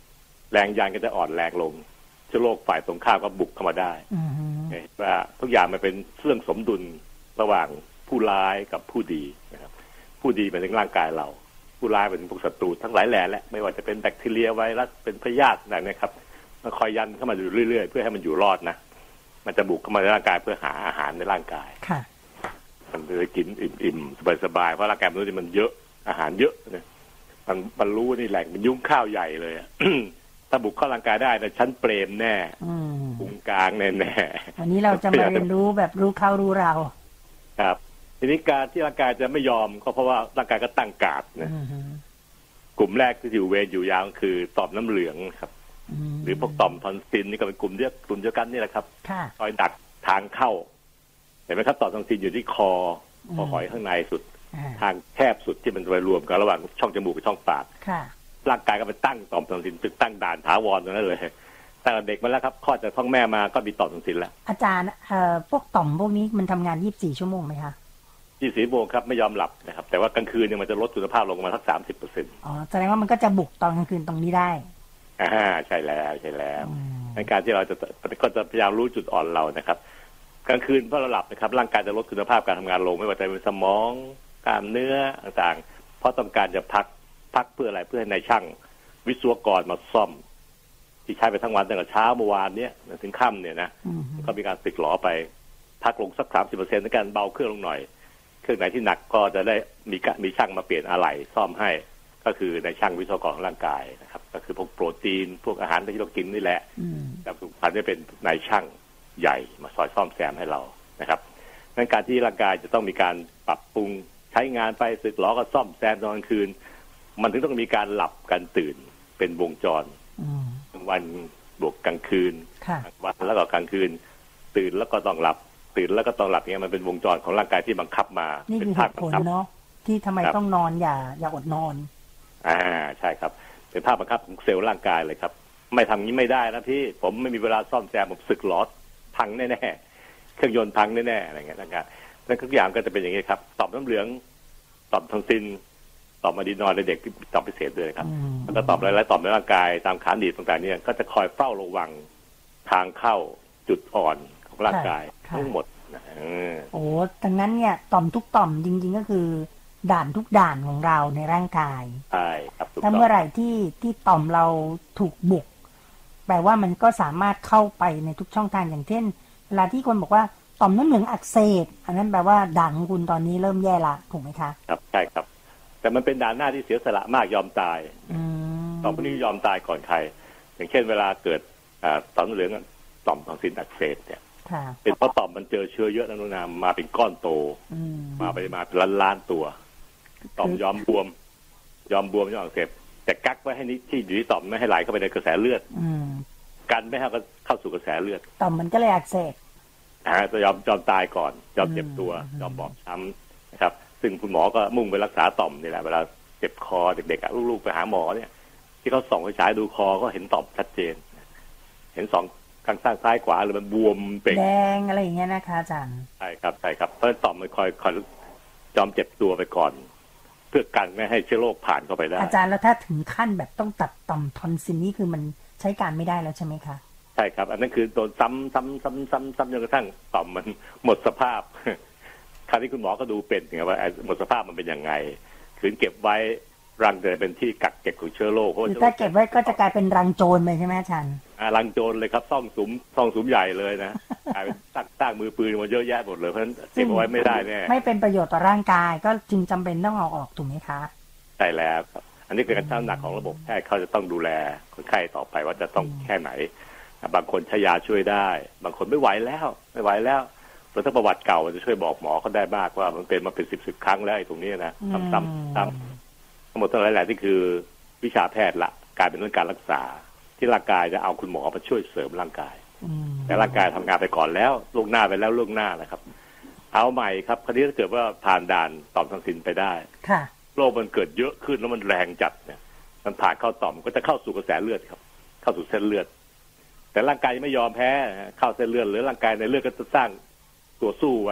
แรงยันก็จะอ่อนแรงลงเชื้อโรคฝ่ายตรงข้ามก็บุกเข้ามาได้ว่าทุกอย่างมันเป็นเรื่องสมดุลระหว่างผู้ร้ายกับผู้ดีนะครับผู้ดีเป็นถึงร่างกายเราผู้ร้ายเป็นพวกศัตรูทั้งหลายแหล่แหละไม่ว่าจะเป็นแบคทีเรียไวรัสเป็นพยาธิอะไรนะครับมันคอยยันเข้ามาอยู่เรื่อยๆเพื่อให้มันอยู่รอดนะมันจะบุกเข้ามาในร่างกายเพื่อหาอาหารในร่างกายมันเลยกินอิ่มๆสบายๆเพราะร่างกายมนุษย์มันเยอะอาหารเยอะนะมันรู้นี่แหล่งมันยุ่งข้าวใหญ่เลย ถ้าบุกเข้าร่างกายได้นะชั้นเปรมแน่พุงกลางแน่ๆวันนี้เราจะมาเรียนรู้แบบรู้เข้ารู้เราครับทีนี้การที่ร่างกายจะไม่ยอมก็เพราะว่าร่างกายก็ตั้งการ์ดนะกลุ่มแรกที่อยู่เวรอยู่ยาวคือต่อมน้ำเหลืองครับหรือพวกต่อมทอนซิลนี่ก็เป็นกลุ่มเดียวกันนี่แหละครับคอยดักทางเข้าเห็นไหมครับต่อมทอนซิลอยู่ที่คอหอยข้างในสุดทางแคบสุดที่มันไปรวมกันระหว่างช่องจมูกกับช่องปากร่างกายก็ไปตั้งต่อมทอนซิลตึกตั้งด่านถาวรตรงนั้นเลยแต่เด็กมาแล้วครับคลอดจากท้องแม่มาก็มีต่อมทอนซิลแล้วอาจารย์พวกต่อมพวกนี้มันทำงาน24 ชั่วโมงไหมคะ 24 ชั่วโมงครับไม่ยอมหลับนะครับแต่ว่ากลางคืนเนี่ยมันจะลดคุณภาพลงมาสัก 30% อ๋อแสดงว่ามันก็จะบุกตอนกลางคืนตรงนี้ได้ใช่แล้วในการที่เราก็จะพยายามรู้จุดอ่อนเรานะครับกลางคืนพอเราหลับนะครับร่างกายจะลดคุณภาพการทำงานลงไม่ว่าจะเป็นสมองกล้ามเนื้อต่างๆเพราะต้องการจะพักเพื่ออะไรเพื่อให้นายช่างวิศวกรมาซ่อมที่ใช้ไปทั้งวันตั้งแต่เช้าเมื่อวานเนี้ยถึงค่ำเนี่ยนะก็มีการติดหลอไปพักลงสัก 30% ในการเบาเครื่องลงหน่อยเครื่องไหนที่หนักก็จะได้มีช่างมาเปลี่ยนอะไหล่ซ่อมให้ก็คือในช่างวิศวกรของร่างกายนะครับก็คือพวกโปรตีนพวกอาหารที่เรากินนี่แหละแต่สุขภาพจะเป็นนายช่างใหญ่มาซอยซ่อมแซมให้เรานะครับในการที่ร่างกายจะต้องมีการปรับปรุงใช้งานไปสึกหรอก็ซ่อมแซมตอนกลางคืนมันถึงต้องมีการหลับการตื่นเป็นวงจรกลางวันบวกกลางคืนวันแล้วก็กลางคืนตื่นแล้วก็ต้องหลับตื่นแล้วก็ต้องหลับอย่างเงี้ยมันเป็นวงจรของร่างกายที่บังคับมานี่คือเหตุผลเนาะที่ทำไมต้องนอนอย่าอดนอนใช่ครับเป็นภาพบังคับของเซลล์ร่างกายเลยครับไม่ทำงี้ไม่ได้นะพี่ผมไม่มีเวลาซ่อมแซมผมสึกหลอดพังแน่ๆเครื่องยนต์พังแน่ๆอะไรเงี้ยนะครับนั่นทุกอย่างก็จะเป็นอย่างนี้ครับต่อมน้ำเหลืองต่อมทอนซิลต่อมอะดรีนอยด์ในเด็กที่ต่อมพิเศษด้วยครับแล้วก็ต่อมหลายๆต่อมในร่างกายตามขาหนีบต่างๆเนี่ยก็จะคอยเฝ้าระวังทางเข้าจุดอ่อนของร่างกายทั้งหมดโอ้ดังนั้นเนี่ยต่อมทุกต่อมจริงๆก็คือด่านทุกด่านของเราในร่างกายใช่ครับถ้าเมื่อไหร่ที่ต่อมเราถูกบุกแปลว่ามันก็สามารถเข้าไปในทุกช่องทางอย่างเช่นเวลาที่คนบอกว่าต่อมน้ำเหลืองอักเสบอันนั้นแปลว่าด่านของคุณตอนนี้เริ่มแย่ละถูกไหมคะครับใช่ครับแต่มันเป็นด่านหน้าที่เสียสละมากยอมตายต่อมพวกนี้ยอมตายก่อนใครอย่างเช่นเวลาเกิดต่อมน้ำเหลืองต่อมทอนซิลอักเสบเนี่ยเป็นเพราะต่อมมันเจอเชื้อเยอะนะนุนามมาเป็นก้อนโตมาเป็นล้านตัวต่อมยอมบวมยอมอักเสบแต่กักไว้ให้นี้ที่อยู่ที่ต่อมไม่ให้ไหลเข้าไปในกระแสเลือดกันไม่ให้เข้าสู่กระแสเลือดต่อมมันก็เลยอักเสบจะยอมตายก่อนยอมเจ็บตัวยอมบอบช้ำนะครับซึ่งคุณหมอก็มุ่งไปรักษาต่อมนี่แหละเวลาเจ็บคอเด็กๆลูกๆไปหาหมอเนี่ยที่เขาส่องไฟฉายดูคอก็เห็นต่อมชัดเจนเห็น2ข้างซ้ายขวาหรือมันบวมเป่งแดงอะไรอย่างเงี้ยนะคะอาจารย์ใช่ครับเพราะต่อมมันคอยยอมเจ็บตัวไปก่อนเพื่อกันไม่ให้เชื้อโรคผ่านเข้าไปได้อาจารย์แล้วถ้าถึงขั้นแบบต้องตัดต่อมทอนซิลนี่คือมันใช้การไม่ได้แล้วใช่ไหมคะใช่ครับอันนั้นคือโดนซ้ำจนกระทั่งต่อมมันหมดสภาพคราวนี้คุณหมอก็ดูเป็นไงว่าหมดสภาพมันเป็นยังไงขืนเก็บไว้รังจะเป็นที่กักเก็บของเชื้อโรคถ้าเก็บไว้ก็จะกลายเป็นรังโจรเลยใช่ไหมอาจารย์รังโจรเลยครับซ่องสุมใหญ่เลยนะกลายเป็นตั้งมือปืนมาเยอะแยะหมดเลยเพราะฉะนั้นเก็บไว้ไม่ได้แน่ไม่เป็นประโยชน์ต่อร่างกายก็จึงจำเป็นต้องเอาออกถูกไหมคะใช่แล้วครับอันนี้เป็นการชั่งน้ำหนักของระบบแพทย์เขาจะต้องดูแลคนไข้ต่อไปว่าจะต้องแค่ไหนบางคนใช้ยาช่วยได้บางคนไม่ไหวแล้วแล้วถ้าประวัติเก่าจะช่วยบอกหมอเขาได้มากว่ามันเป็นมาเป็น10 ครั้งแล้วไอ้ตรงนี้นะซ้ำทั้งหมดทั้งหลายที่คือวิชาแพทย์ละกลายเป็นเรื่องการรักษาที่ร่างกายจะเอาคุณหมอมาช่วยเสริมร่างกายแต่ร่างกายทำงานไปก่อนแล้วล่วงหน้าไปแล้วล่วงหน้านะครับเอาใหม่ครับคราวนี้ถ้าเกิดว่าผ่านด่านต่อมทอนซิลไปได้โรคมันเกิดเยอะขึ้นแล้วมันแรงจัดเนี่ยมันผ่านเข้าต่อมก็จะเข้าสู่กระแสเลือดครับเข้าสู่เส้นเลือดแต่ร่างกายยังไม่ยอมแพ้เข้าเส้นเลือดหรือร่างกายในเลือดก็จะสร้างตัวสู้ไว้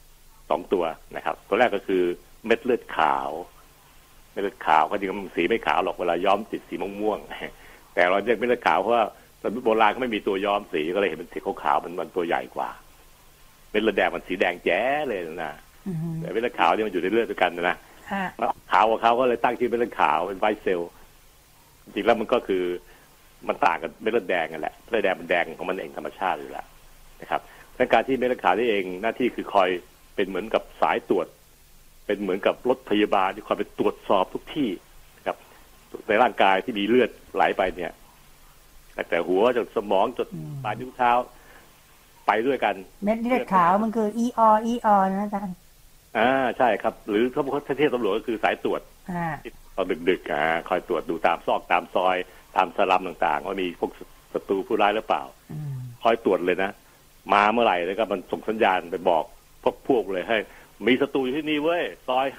2 ตัวนะครับตัวแรกก็คือเม็ดเลือดขาวก็จริงๆมันสีไม่ขาวหรอกเวลาย้อมติดสีม่วงๆแต่แต่เราเรียกเม็ดเลือดขาวเพราะว่าตอนโบราณเขาไม่มีตัวย้อมสีก็เลยเห็นเป็นสีขาวๆมันตัวใหญ่กว่าเม็ดเลือดแดงมันสีแดงแจ๋เลยนะแต่เม็ดเลือดขาวนี่มันอยู่ในเลือดด้วยกันนะขาวของเขาก็เลยตั้งชื่อเม็ดเลือดขาวเป็นไวท์เซลล์จริงๆแล้วมันก็คือมันต่างกับเม็ดเลือดแดงกันแหละเม็ดเลือดแดงมันแดงของมันเองธรรมชาติอยู่แล้วนะครับในการที่เม็ดเลือดขาวนี่เองหน้าที่คือคอยเป็นเหมือนกับสายตรวจเป็นเหมือนกับรถพยาบาลที่คอยไปตรวจสอบทุกที่นะครับในร่างกายที่มีเลือดไหลไปเนี่ยแต่หัวจนสมองจนปลายนิ้วเท้าไปด้วยกันเม็ดเลือดขาวมันคือER นะอาจารย์ใช่ครับหรือถ้าประเทศตำรวจก็คือสายตรวจตอนดึกๆคอยตรวจดูตามซอกตามซอยตามสลัมต่างๆว่ามีพวกศัตรูผู้ร้ายหรือเปล่าคอยตรวจเลยนะมาเมื่อไหร่แล้วก็มันส่งสัญญาณไปบอกพวกเลยให้มีศัตรูอยู่ที่นี่เว้ยซอย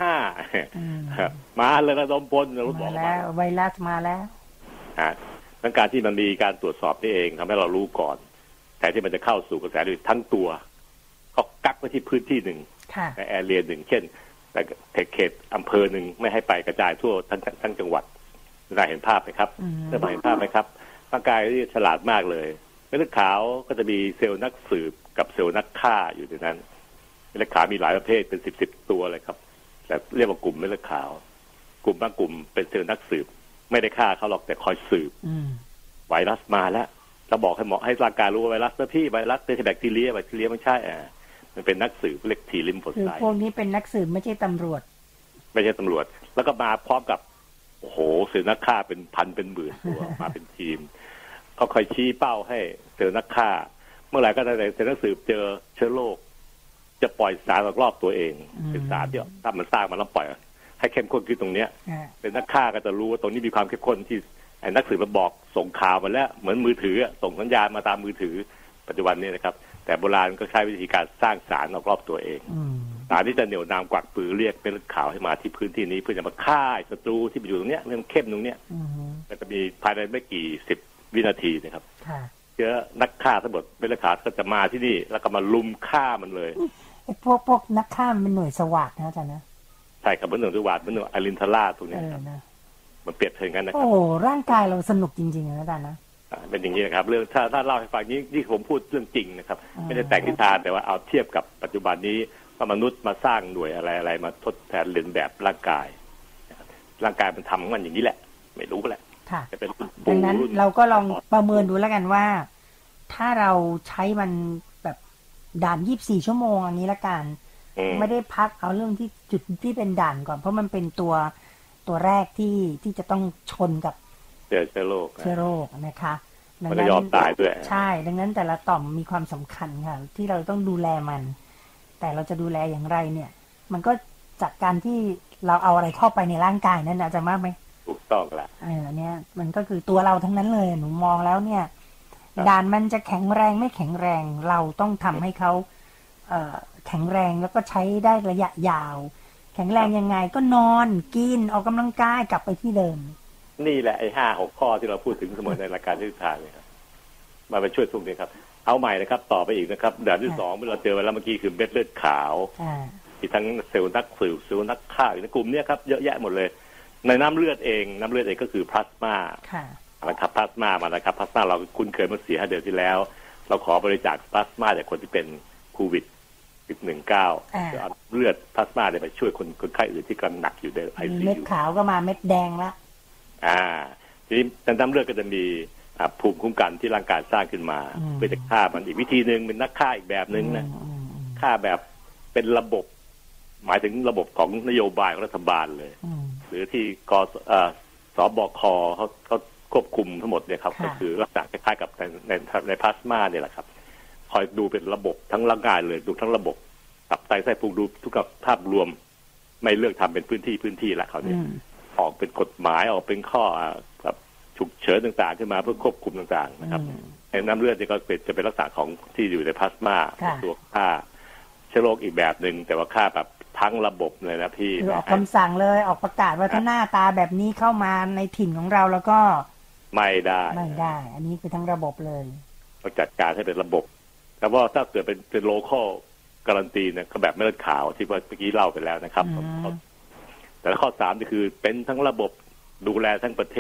5มาเลยกระดมพลรู้บอกมาแล้วไวรัสมาแล้วทั้งการที่มันมีการตรวจสอบนี่เองทำให้เรารู้ก่อนแต่ที่มันจะเข้าสู่กระแสเลือดทั้งตัวเขากักไว้ที่พื้นที่หนึ่งในแอเรียหนึ่งเช่นแต่เขตอำเภอหนึ่งไม่ให้ไปกระจายทั่วทั้งจังหวัดน่าเห็นภาพไหมครับได้เห็นภาพไหมครับร่างกายที่ฉลาดมากเลยเม็ดเลือดขาวก็จะมีเซลล์นักสืบกับเซลล์นักฆ่าอยู่ในนั้นเม็ดเลือดขาวมีหลายประเภทเป็น10ตัวเลยครับแต่เรียกว่ากลุ่มเม็ดเลือดขาวกลุ่มบางกลุ่มเป็นเซลล์นักสืบไม่ได้ฆ่าเขาหรอกแต่คอยสืบไวรัสมาแล้วเราบอกให้หมอให้ร่างกายรู้ว่าไวรัสนะพี่ไวรัสไม่ใช่แบคทีเรียไม่ใช่มันเป็นนักสืบเรียกทีลิมโฟไซต์พวกนี้เป็นนักสืบไม่ใช่ตำรวจแล้วก็มาพร้อมกับโอ้โหเซลล์นักฆ่าเป็นพันเป็นหมื่นตัว มาเป็นทีมเขาคอยชี้เป้าให้เซลล์นักฆ่าเมื่อไหร่ก็ได้เซลล์นักสืบเจอเชื้อโรคจะปล่อยสารรอบตัวเองเป็นสารที่ถ้ามันสร้างมันแล้วปล่อยให้เข้มข้นขึ้นตรงเนี้ยเป็นนักฆ่าก็จะรู้ว่าตรงนี้มีความเข้มข้นที่ไอ้นักสืบมาบอกส่งข่าวมาแล้วเหมือนมือถือส่งสัญญาณมาตามมือถือปัจจุบันนี้นะครับแต่โบราณก็ใช้วิธีการสร้างสารรอบตัวเองสารที่จะเหนี่ยวนำกวักปือเรียกเป็นเลือดขาวให้มาที่พื้นที่นี้เพื่อจะมาฆ่าศัตรูที่อยู่ตรงเนี้ยเรื่องเข้มตรงเนี้ยก็จะมีภายในไม่กี่10 วินาทีนะครับเชื้อนักฆ่าทั้งหมดเป็นเลือดขาวก็จะมาที่นี่แล้วก็มาลุมฆ่ามันเลยพวกนักฆ่ามันหน่วยสวัสดิ์นะอาจารย์นะใช่ครับเป็นหน่วยสวัสดิ์เป็นหน่วยอรินทราตรงนี้ครับมันเปรียบเทียบกันนะครับโอ้ร่างกายเราสนุกจริงๆนะอาจารย์นะเป็นอย่างนี้นะครับเรื่องถ้าเล่าให้ฟังนี่ผมพูดเรื่องจริงนะครับไม่ได้แต่งนิทานแต่ว่าเอาเทียบกับปัจจุบันนี้ว่ามนุษย์มาสร้างหน่วยอะไรมาทดแทนเลียนแบบร่างกายร่างกายมันทำมันอย่างนี้แหละไม่รู้แหละจะเป็นดังนั้นเราก็ลองประเมินดูแล้วกันว่าถ้าเราใช้มันแบบด่าน24 ชั่วโมงอย่างนี้ละกันไม่ได้พักเอาเรื่องที่จุดที่เป็นด่านก่อนเพราะมันเป็นตัวแรกที่จะต้องชนกับเชื้อโรคนะคะมันจะยอมตายด้วยใช่ดังนั้นแต่ละต่อมมีความสำคัญค่ะที่เราต้องดูแลมันแต่เราจะดูแลอย่างไรเนี่ยมันก็จากการที่เราเอาอะไรเข้าไปในร่างกายนั่นนะจะมากไหมถูกต้องละเนี่ยมันก็คือตัวเราทั้งนั้นเลยหนูมองแล้วเนี่ยด่านมันจะแข็งแรงไม่แข็งแรงเราต้องทำให้เขาแข็งแรงแล้วก็ใช้ได้ระยะยาวแข็งแรงยังไงก็นอนกินออกกำลังกายกลับไปที่เดิมนี่แหละไอ้5-6 ข้อที่เราพูดถึงเสมอในรายการที่ทางเนี่ยครับมาไปช่วยทุกนี้ครับเอาใหม่นะครับต่อไปอีกนะครับด่านที่2เมื่อเราเจอไปแล้วเมื่อกี้คือเม็ดเลือดขาวที่ทั้งเซลล์นักสืบเซลล์นักฆ่าอยู่ในกลุ่มนี้ครับเยอะแยะหมดเลยในน้ำเลือดเองก็คือพลาสมานะครับพลาสมามานะครับพลาสมาเราคุ้นเคยเมื่อ4-5 เดือนที่แล้วเราขอบริจาคพลาสมาจากคนที่เป็นโควิด19จะเอาเลือดพลาสมาไปช่วยคนไข้อื่นที่กำลังหนักอยู่ใน ICU เม็ดขาวก็มาเม็ดแดงละทีนี้น้ำเลือดก็จะมีภูมิคุ้มกันที่ร่างกายสร้างขึ้นมาเพื่อจะฆ่ามันอีกวิธีนึงเป็นนักฆ่าอีกแบบนึงนะฆ่าแบบเป็นระบบหมายถึงระบบของนโยบายของรัฐบาลเลยหรือที่สบคเขาควบคุมทั้งหมดเนี่ยครับก็คือลักษณะคล้ายๆกับในพลาสมาเนี่ยแหละครับคอยดูเป็นระบบทั้งร่างกายเลยดูทั้งระบบตับไตไส้พุงดูทุกกับภาพรวมไม่เลือกทำเป็นพื้นที่ละเขาเนี่ยออกเป็นกฎหมายออกเป็นข้อแบบฉุกเฉินต่างๆขึ้นมาเพื่อควบคุมต่างๆนะครับในน้ำเลือดนี่ก็จะเป็นลักษณะของที่อยู่ในพลาสมาตัวฆ่าเชื้อโรคอีกแบบนึงแต่ว่าฆ่าแบบทั้งระบบเลยนะพี่ออกคำสั่งเลยออกประกาศว่าถ้าหน้าตาแบบนี้เข้ามาในถิ่นของเราแล้วก็ไม่ได้อันนี้คือทั้งระบบเลยต้องจัดการให้เป็นระบบแต่ว่าถ้าเกิดเป็นโลคอลการันตีเนี่ยก็แบบเม็ดเลือดขาวที่เมื่อกี้เล่าไปแล้วนะครับแต่ข้อ3นี่คือเป็นทั้งระบบดูแลทั้งประเทศ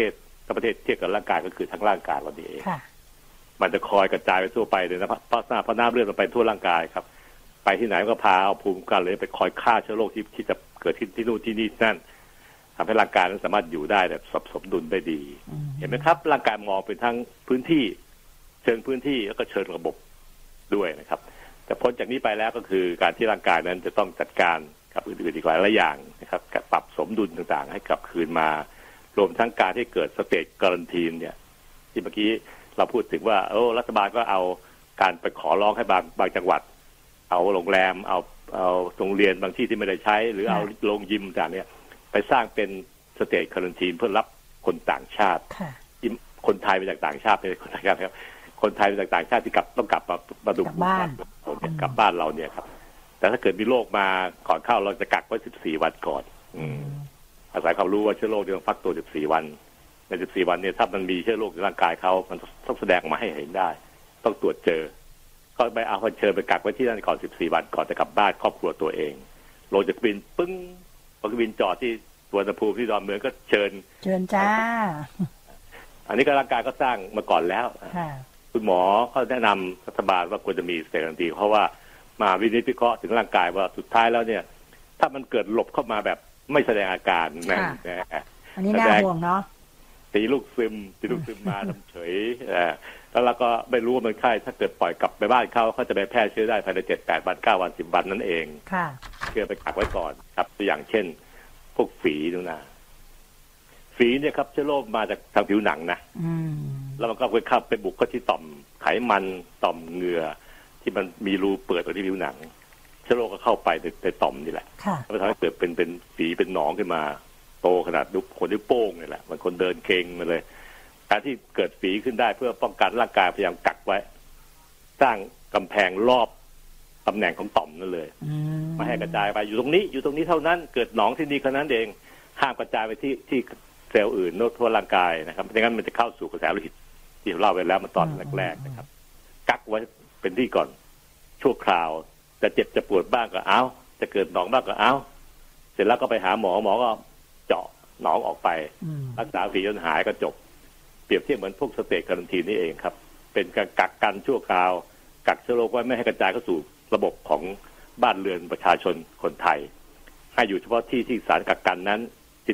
ถ้าประเทศเทียบกับร่างกายก็คือทั้งร่างกายเราเองมันจะคอยกระจายไปทั่วไปเลยนะเพราะน้ำเลือดมันไปทั่วร่างกายครับไปที่ไหนก็พาเอาภูมิคุ้มกันเลยไปคอยฆ่าเชื้อโรคที่จะเกิดที่นู่นที่นี่นั่นทำให้ร่างกายนั้นสามารถอยู่ได้แบบสมดุลได้ดีเห็นไหมครับร่างกายมองเป็นทั้งพื้นที่เชิงพื้นที่แล้วก็เชิงระบบด้วยนะครับแต่พ้นจากนี้ไปแล้วก็คือการที่ร่างกายนั้นจะต้องจัดการกับอื่นๆอีกหลายอย่างนะครับปรับสมดุลต่างๆให้กลับคืนมารวมทั้งการที่เกิดสเตจการันตีเนี่ยที่เมื่อกี้เราพูดถึงว่ารัฐบาลก็เอาการไปขอร้องให้บางจังหวัดเอาโรงแรมเอาโรงเรียนบางที่ที่ไม่ได้ใช้หรือเอาโรงยิมต่างเนี่ยไปสร้างเป็นสเตจการันตีเพื่อรับคนต่างชาติคนไทยมาจากต่างชาติเป็นคนต่างชาติครับคนไทยมาจากต่างชาติที่ต้องกลับมาดูบ้านกลับบ้านเราเนี่ยครับแต่ถ้าเกิดมีโรคมาก่อนเข้าเราจะกักไว้14 วันก่อนอาศัยความรู้ว่าเชื้อโรคจะต้องฟักตัว14 วันใน14 วันเนี่ยถ้ามันมีเชื้อโรคในร่างกายเขามันต้องแสดงออกมาให้เห็นได้ต้องตรวจเจอก็ไปเอาคนเชิญไปกักไว้ที่นั่นก่อน14 วันก่อนจะกลับบ้านครอบครัวตัวเองลงจากบินปึ้งพอบินจอดที่สุวรรณภูมิที่ดอนเมืองก็เชิญจ้าอันนี้ก็ร่างกายก็สร้างมาก่อนแล้วคุณหมอเขาแนะนำรัฐบาลว่าควรจะมีสเตจการันตีเพราะว่ามาวินิจพิเคราะห์ถึงร่างกายว่าสุดท้ายแล้วเนี่ยถ้ามันเกิดหลบเข้ามาแบบไม่แสดงอาการนะอันนี้น่าห่วงเนาะตีลูกซึมมาทำเฉยแล้วเราก็ไม่รู้ว่ามันไข้ถ้าเกิดปล่อยกลับไปบ้านเขาจะไปแพร่เชื้อได้ภายใน7-8 วัน9 วัน 10 วันนั่นเองเพื่อไปกักไว้ก่อนครับตัวอย่างเช่นพวกฝีนู่นนะฝีเนี่ยครับเชื้อโรคมาจากทางผิวหนังนะแล้วมันก็ไปเข้าไปบุกเข้าที่ต่อมไขมันต่อมเหงื่อที่มันมีรูเปิดตรงที่ผิวหนังเชื้อโรคก็เข้าไปในต่อมนี่แหละแล้วทำให้เกิดเป็นฝีเป็นหนองขึ้นมาโตขนาดคนนิ้วโป้งนี่แหละมันคนเดินเก่งมาเลยการที่เกิดฝีขึ้นได้เพื่อป้องกันร่างกายพยายามกักไว้สร้างกำแพงรอบตำแหน่งของต่อมนั่นเลยไม่ให้กระจายไปอยู่ตรงนี้เท่านั้นเกิดหนองที่นี่แค่นั้นเองห้ามกระจายไปที่เซลล์อื่นทั่วร่างกายนะครับไม่งั้นมันจะเข้าสู่กระแสโลหิตที่เราเล่าไปแล้วมาตอนแรกๆนะครับกักไว้เป็นที่ก่อนชั่วคราวจะเจ็บจะปวดบ้างก็เอาจะเกิดหนองบ้างก็เอาเสร็จแล้วก็ไปหาหมอก็เจาะหนองออกไปรักษาฝีจนหายก็จบเปรียบเทียบเหมือนพวกสเตจการันตีนี่เองครับเป็นการกักกันชั่วคราวกักเชื้อโรคไว้ไม่ให้กระจายเข้าสู่ระบบของบ้านเรือนประชาชนคนไทยให้อยู่เฉพาะที่สถานกักกันนั้น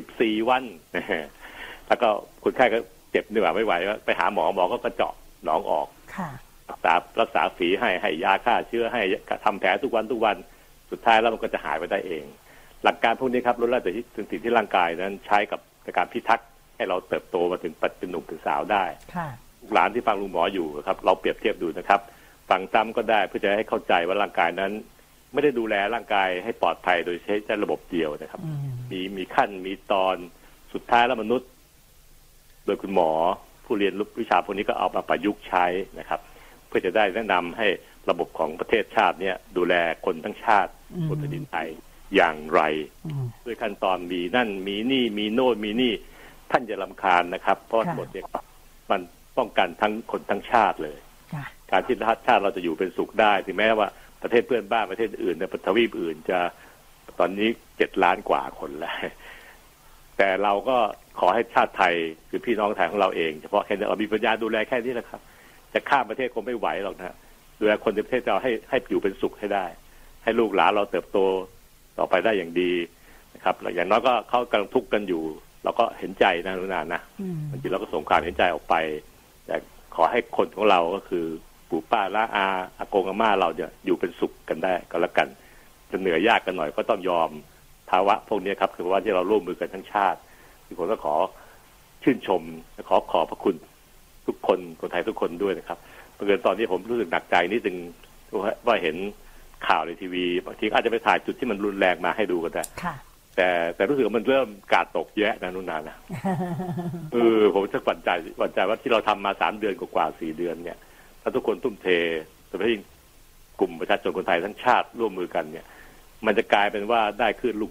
14 วันแล้วก็คนไข้ก็เจ็บเหนื่อยไม่ไหวไปหาหมอก็เจาะหนองออกรักษาฝีให้ยาฆ่าเชื้อให้ทำแผลทุกวันสุดท้ายแล้วมันก็จะหายไปได้เองหลักการพวกนี้ครับล้วนแล้วแต่ถึงสิ่งที่ร่างกายนั้นใช้กับการพิทักษ์ให้เราเติบโตมาถึงปัจจุบันหนุ่มถึงสาวได้หลานที่ฟังลุงหมออยู่ครับเราเปรียบเทียบดูนะครับฟังซ้ำก็ได้เพื่อจะให้เข้าใจว่าร่างกายนั้นไม่ได้ดูแลร่างกายให้ปลอดภัยโดยใช้ระบบเดียวนะครับมีขั้นมีตอนสุดท้ายแล้วมนุษย์โดยคุณหมอผู้เรียนวิชาพวกนี้ก็เอามาประยุกต์ใช้นะครับเพื่อจะได้แนะนำให้ระบบของประเทศชาติเนี่ยดูแลคนทั้งชาติบนแผ่นดินไทยอย่างไรด้วยขั้นตอนมีนั่นมีนี่มีโน่นมีนี่ท่านจะรำคาญนะครับเพราะหมดเนี่ยมันป้องกันทั้งคนทั้งชาติเลยการที่ชาติเราจะอยู่เป็นสุขได้ถึงแม้ว่าประเทศเพื่อนบ้านประเทศอื่นในทวีปอื่นจะตอนนี้7 ล้านกว่าคนแล้วแต่เราก็ขอให้ชาติไทยคือพี่น้องไทยของเราเองเฉพาะแค่เรามีปัญญาดูแลแค่นี้แหละครับจะข้ามประเทศคงไม่ไหวหรอกนะดูแลคนในประเทศเราให้อยู่เป็นสุขให้ได้ให้ลูกหลานเราเติบโตต่อไปได้อย่างดีนะครับอย่างน้อยก็เขากำลังทุกข์กันอยู่เราก็เห็นใจนะนุนานะบางทีเราก็ส่งความเห็นใจออกไปแต่ขอให้คนของเราก็คือปู่ป้าน้าอากงอาม่าเราเนี่ยอยู่เป็นสุขกันได้ก็แล้วกันจะเหนื่อยยากกันหน่อยก็ต้องยอมภาวะพวกนี้ครับคือว่าที่เราร่วมมือกันทั้งชาติที่ผมก็ขอชื่นชมและขอบพระคุณทุกคนคนไทยทุกคนด้วยนะครับเมื่อตอนนี้ผมรู้สึกหนักใจนิดนึงว่าเห็นข่าวในทีวีบางทีอาจจะไปถ่ายจุดที่มันรุนแรงมาให้ดูกันได้แต่รู้สึกว่ามันเริ่มกาดตกแย่นะนุ่นนานะผมจะหวั่นใจว่าที่เราทำมา3 เดือนกว่า4 เดือนเนี่ยถ้าทุกคนทุ่มเทโดยเฉพาะยิ่งกลุ่มประชาชนคนไทยทั้งชาติร่วมมือกันเนี่ยมันจะกลายเป็นว่าได้ขึ้นลูก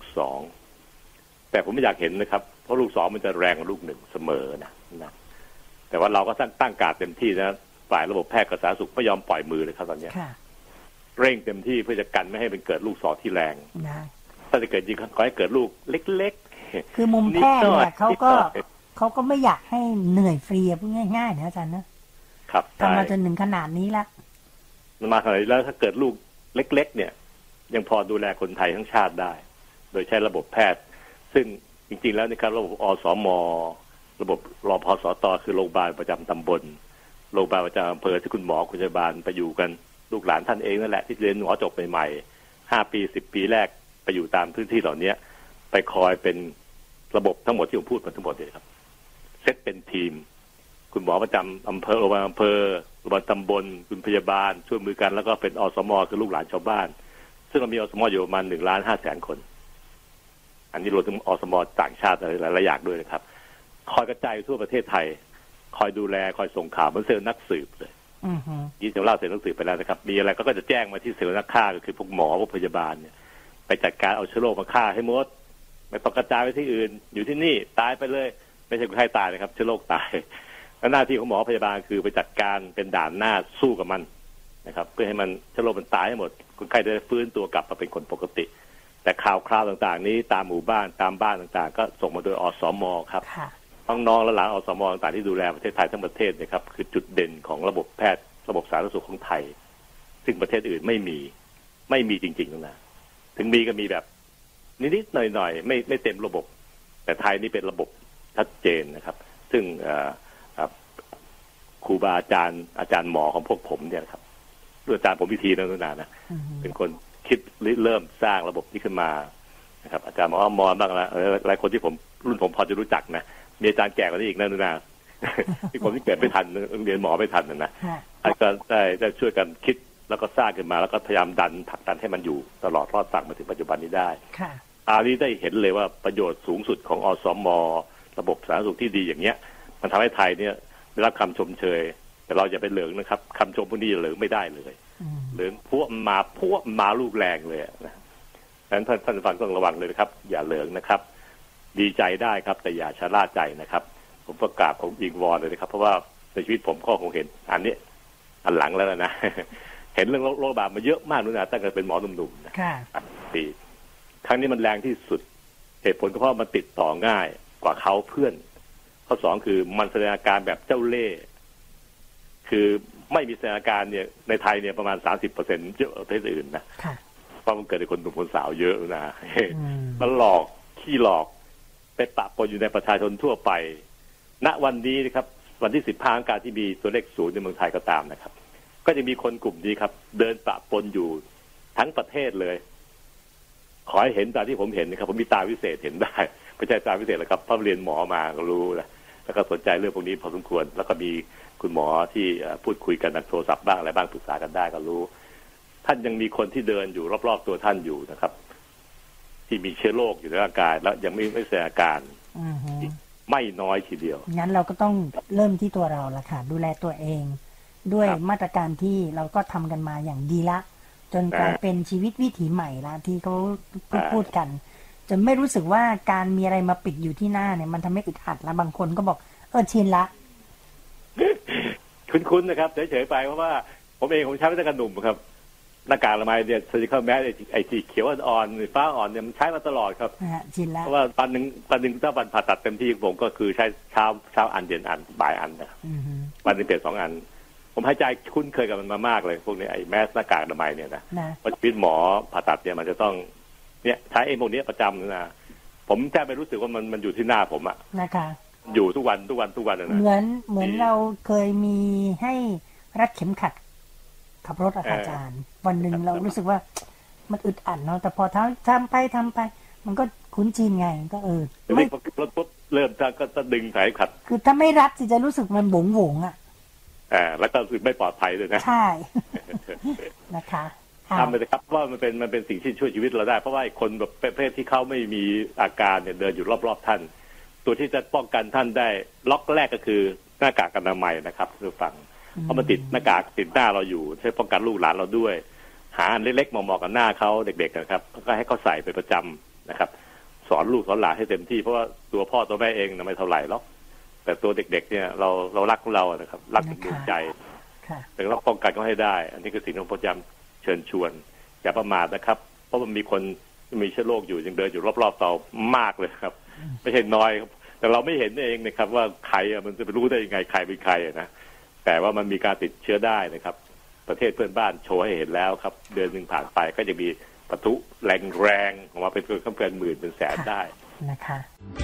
2แต่ผมไม่อยากเห็นนะครับเพราะลูก2มันจะแรงกว่าลูก1เสมอนะแต่ว่าเราก็ตั้งการเต็มที่นะฝ่ายระบบแพทย์กับสาธารณสุขไม่ยอมปล่อยมือเลยครับตอนนี้เร่งเต็มที่เพื่อจะกันไม่ให้เป็นเกิดลูก2ที่แรงถ้าจะเกิดจริงขอให้เกิดลูกเล็กๆคือมุมแพทย์เนี่ยเขาก็เขาก็ไม่อยากให้เหนื่อยฟรีพูดง่ายๆนะอาจารย์นะครับทำมาจนถึงขนาดนี้ละมาขนาดนี้แล้วถ้าเกิดลูกเล็กๆเนี่ยยังพอดูแลคนไทยทั้งชาติได้โดยใช้ระบบแพทย์ซึ่งจริงๆแล้วนะครับระบบอสม.ระบบรพสต.คือโรงพยาบาลประจำตำบลโรงพยาบาลประจำอำเภอที่คุณหมอคุณพยาบาลไปอยู่กันลูกหลานท่านเองนั่นแหละที่เรียนหมอจบใหม่ๆ5 ปี10 ปีแรกไปอยู่ตามพื้นที่เหล่านี้ไปคอยเป็นระบบทั้งหมดที่ผมพูดมาทั้งหมดเลยครับเซตเป็นทีมคุณหมอประจำอำเภอโรงพยาบาลอำเภอโรงพยาบาลตำบลคุณพยาบาลช่วยมือกันแล้วก็เป็นอสม.คือลูกหลานชาวบ้านซึ่งเรามีอสม.อยู่ประมาณ1,500,000 คนอันนี้รวมถึงอสม.ต่างชาติหลายๆอย่างด้วยนะครับคอยกระจายทั่วประเทศไทยคอยดูแลคอยส่งข่าวเหมือนเซลล์นักสืบเลยยี่สิบเล่าเซลล์นักสืบไปแล้วนะครับมีอะไรก็จะแจ้งมาที่เซลล์นักฆ่าก็คือพวกหมอพวกพยาบาลเนี่ยไปจัดการเอาเชื้อโรคมาฆ่าให้หมดไม่ต้องกระจายไปที่อื่นอยู่ที่นี่ตายไปเลยไม่ใช่คนไข้ตายนะครับเชื้อโรคตายแล้วหน้าที่ของหมอพยาบาลคือไปจัดการเป็นด่านหน้าสู้กับมันนะครับเพื่อให้มันเชื้อโรคมันตายให้หมดคนไข้จะฟื้นตัวกลับมาเป็นคนปกติแต่ข่าวคราวต่างๆนี้ตามหมู่บ้านตามบ้านต่างๆก็ส่งมาโดยอสม.ครับน้องๆและหลานอสม.ต่างๆที่ดูแลประเทศไทยทั้งประเทศนะครับคือจุดเด่นของระบบแพทย์ระบบสาธารณสุขของไทยซึ่งประเทศอื่นไม่มีจริงๆนะถึงมีก็มีแบบนิดๆหน่อยๆไม่เต็มระบบแต่ไทยนี่เป็นระบบชัดเจนนะครับซึ่งครูบาอาจารย์หมอของพวกผมเนี่ยครับด้วยอาจารย์ผมวิธีนั้นนะเป็นคนคิดเริ่มสร้างระบบนี้ขึ้นมานะครับอาจารย์หมอบ้างละหลายคนที่ผมรุ่นผมพอจะรู้จักนะมีอาจารย์แก่กว่านี้อีกนั่นนะที่ผมที่เกิดไม่ทันเรียนหมอไม่ทันนะก็ได้ช่วยกันคิดแล้วก็สร้างขึ้นมาแล้วก็พยายามผลักดันให้มันอยู่ตลอดรอดฝั่งมาถึงปัจจุบันนี้ได้อันนี้ได้เห็นเลยว่าประโยชน์สูงสุดของอสม.ระบบสาธารณสุขที่ดีอย่างเงี้ยมันทำให้ไทยเนี่ยได้รับคำชมเชยแต่เราอย่าไปเหลิงนะครับคำชมพวกนี้เหลิงไม่ได้เลยเหลิงพวกมาลูกแรงเลยนะดังนั้นท่านฟังต้องระวังเลยนะครับอย่าเหลิงนะครับดีใจได้ครับแต่อย่าชะล่าใจนะครับผมประกาศของยิงวอนเลยนะครับเพราะว่าในชีวิตผมก็คงเห็นอันนี้อันหลังแล้วนะเห็นเรื่องโรคระบาดมาเยอะมากนู่นนะตั้งแต่เป็นหมอหนุ่มๆนะปีครั้งนี้มันแรงที่สุดเหตุผลก็เพราะมันติดต่อง่ายกว่าเขาเพื่อนข้อ2คือมันแสดงอาการแบบเจ้าเล่ห์คือไม่มีแสดงอาการเนี่ยในไทยเนี่ยประมาณ 30% เยอะประเทศอื่นนะเพราะมันเกิดในคนหนุ่มคนสาวเยอะนะมันหลอกขี้หลอกไปปะปนอยู่ในประชาชนทั่วไปณวันนี้นะครับวันที่15การที่มีตัวเลข0ในเมืองไทยก็ตามนะครับก็จะมีคนกลุ่มนี้ครับเดินปะปนอยู่ทั้งประเทศเลยขอให้เห็นตามที่ผมเห็นนะครับผมมีตาวิเศษเห็นได้ไม่ใช่ตาวิเศษหรอกครับเพราะเรียนหมอมาก็รู้นะแล้วก็สนใจเรื่องพวกนี้พอสมควรแล้วก็มีคุณหมอที่พูดคุยกันทางโทรศัพท์บ้างอะไรบ้างปรึกษากันได้ก็รู้ท่านยังมีคนที่เดินอยู่รอบๆตัวท่านอยู่นะครับที่มีเชื้อโรคอยู่ในร่างกายแล้วยังไม่แสดงอาการไม่น้อยทีเดียวงั้นเราก็ต้องเริ่มที่ตัวเราละค่ะดูแลตัวเองด้วยมาตรการที่เราก็ทำกันมาอย่างดีละจนกลายเป็นชีวิตวิถีใหม่ละที่เขาพูดกันจนไม่รู้สึกว่าการมีอะไรมาปิดอยู่ที่หน้าเนี่ยมันทำให้อึดอัดแล้วบางคนก็บอกชินละคุ้นๆนะครับเฉยๆไปเพราะว่าผมเองผมใช้มาตั้งแต่หนุ่มครับหน้ากากอนามัยเนี่ยsurgical maskไอ้สีเขียวอ่อนๆฟ้าอ่อนเนี่ยมันใช้มาตลอดครับชินละเพราะว่าวันหนึ่งถ้าวันผ่าตัดเต็มที่ผมก็คือใช้เช้าอันเย็นอันบ่ายอันนะครับวันนึงเปลี่ยน2 อันผมหายใจคุ้นเคยกับมันมามากเลยพวกนี้ไอ้แมสหน้ากากอนามัยเนี่ยนะเพราะชีวิตหมอผ่าตัดเนี่ยมันจะต้องเนี่ยใช้ไอ้พวกนี้ประจำนะผมแทบไม่รู้สึกว่ามันอยู่ที่หน้าผมอะนะคะอยู่ทุกวันนะเหมือนเราเคยมีให้รัดเข็มขัดขับรถอาจารย์วันหนึ่งเรารู้สึกว่ามันอึดอัดเนาะแต่พอทำไปมันก็คุ้นชินไงก็ไม่ปุ๊บเริ่มก็จะดึงสายขัดคือถ้าไม่รัดจะรู้สึกมันหวงอ่ะแล้วก็รู้สึกไม่ปลอดภัยเลยนะใช่นะคะทำไปเลยครับว่ามันเป็นสิ่งที่ช่วยชีวิตเราได้เพราะว่าคนแบบประเภทที่เขาไม่มีอาการเนี่ยเดินอยู่รอบๆท่านตัวที่จะป้องกันท่านได้ล็อกแรกก็คือหน้ากากอนามัยนะครับท่านผู้ฟังเพราะมันติดหน้ากากติดหน้าเราอยู่ใช้ป้องกันลูกหลานเราด้วยหาอันเล็กๆเหมาะกับหน้าเขาเด็กๆนะครับก็ให้เขาใส่เป็นประจำนะครับสอนลูกสอนหลานให้เต็มที่เพราะว่าตัวพ่อตัวแม่เองไม่เท่าไหร่หรอกแต่ตัวเด็กๆเนี่ยเรารักของเรานะครับรักเป็นดวงใจแต่เราป้องกันเขาให้ได้อันนี้คือสิ่งที่ผมพยายามเชิญชวนอย่าประมาทนะครับเพราะมันมีคนมีเชื้อโรคอยู่ยังเดินอยู่รอบๆเรามากเลยครับไม่ใช่น้อยครับแต่แต่เราไม่เห็นเองนะครับว่าใครมันจะไปรู้ได้ยังไงใครเป็นใครนะแต่ว่ามันมีการติดเชื้อได้นะครับประเทศเพื่อนบ้านโชว์ให้เห็นแล้วครับเดือนหนึ่งผ่านไปก็จะมีปะทุแรงๆออกมาเป็นเกินหมื่นเป็นแสนได้นะคะ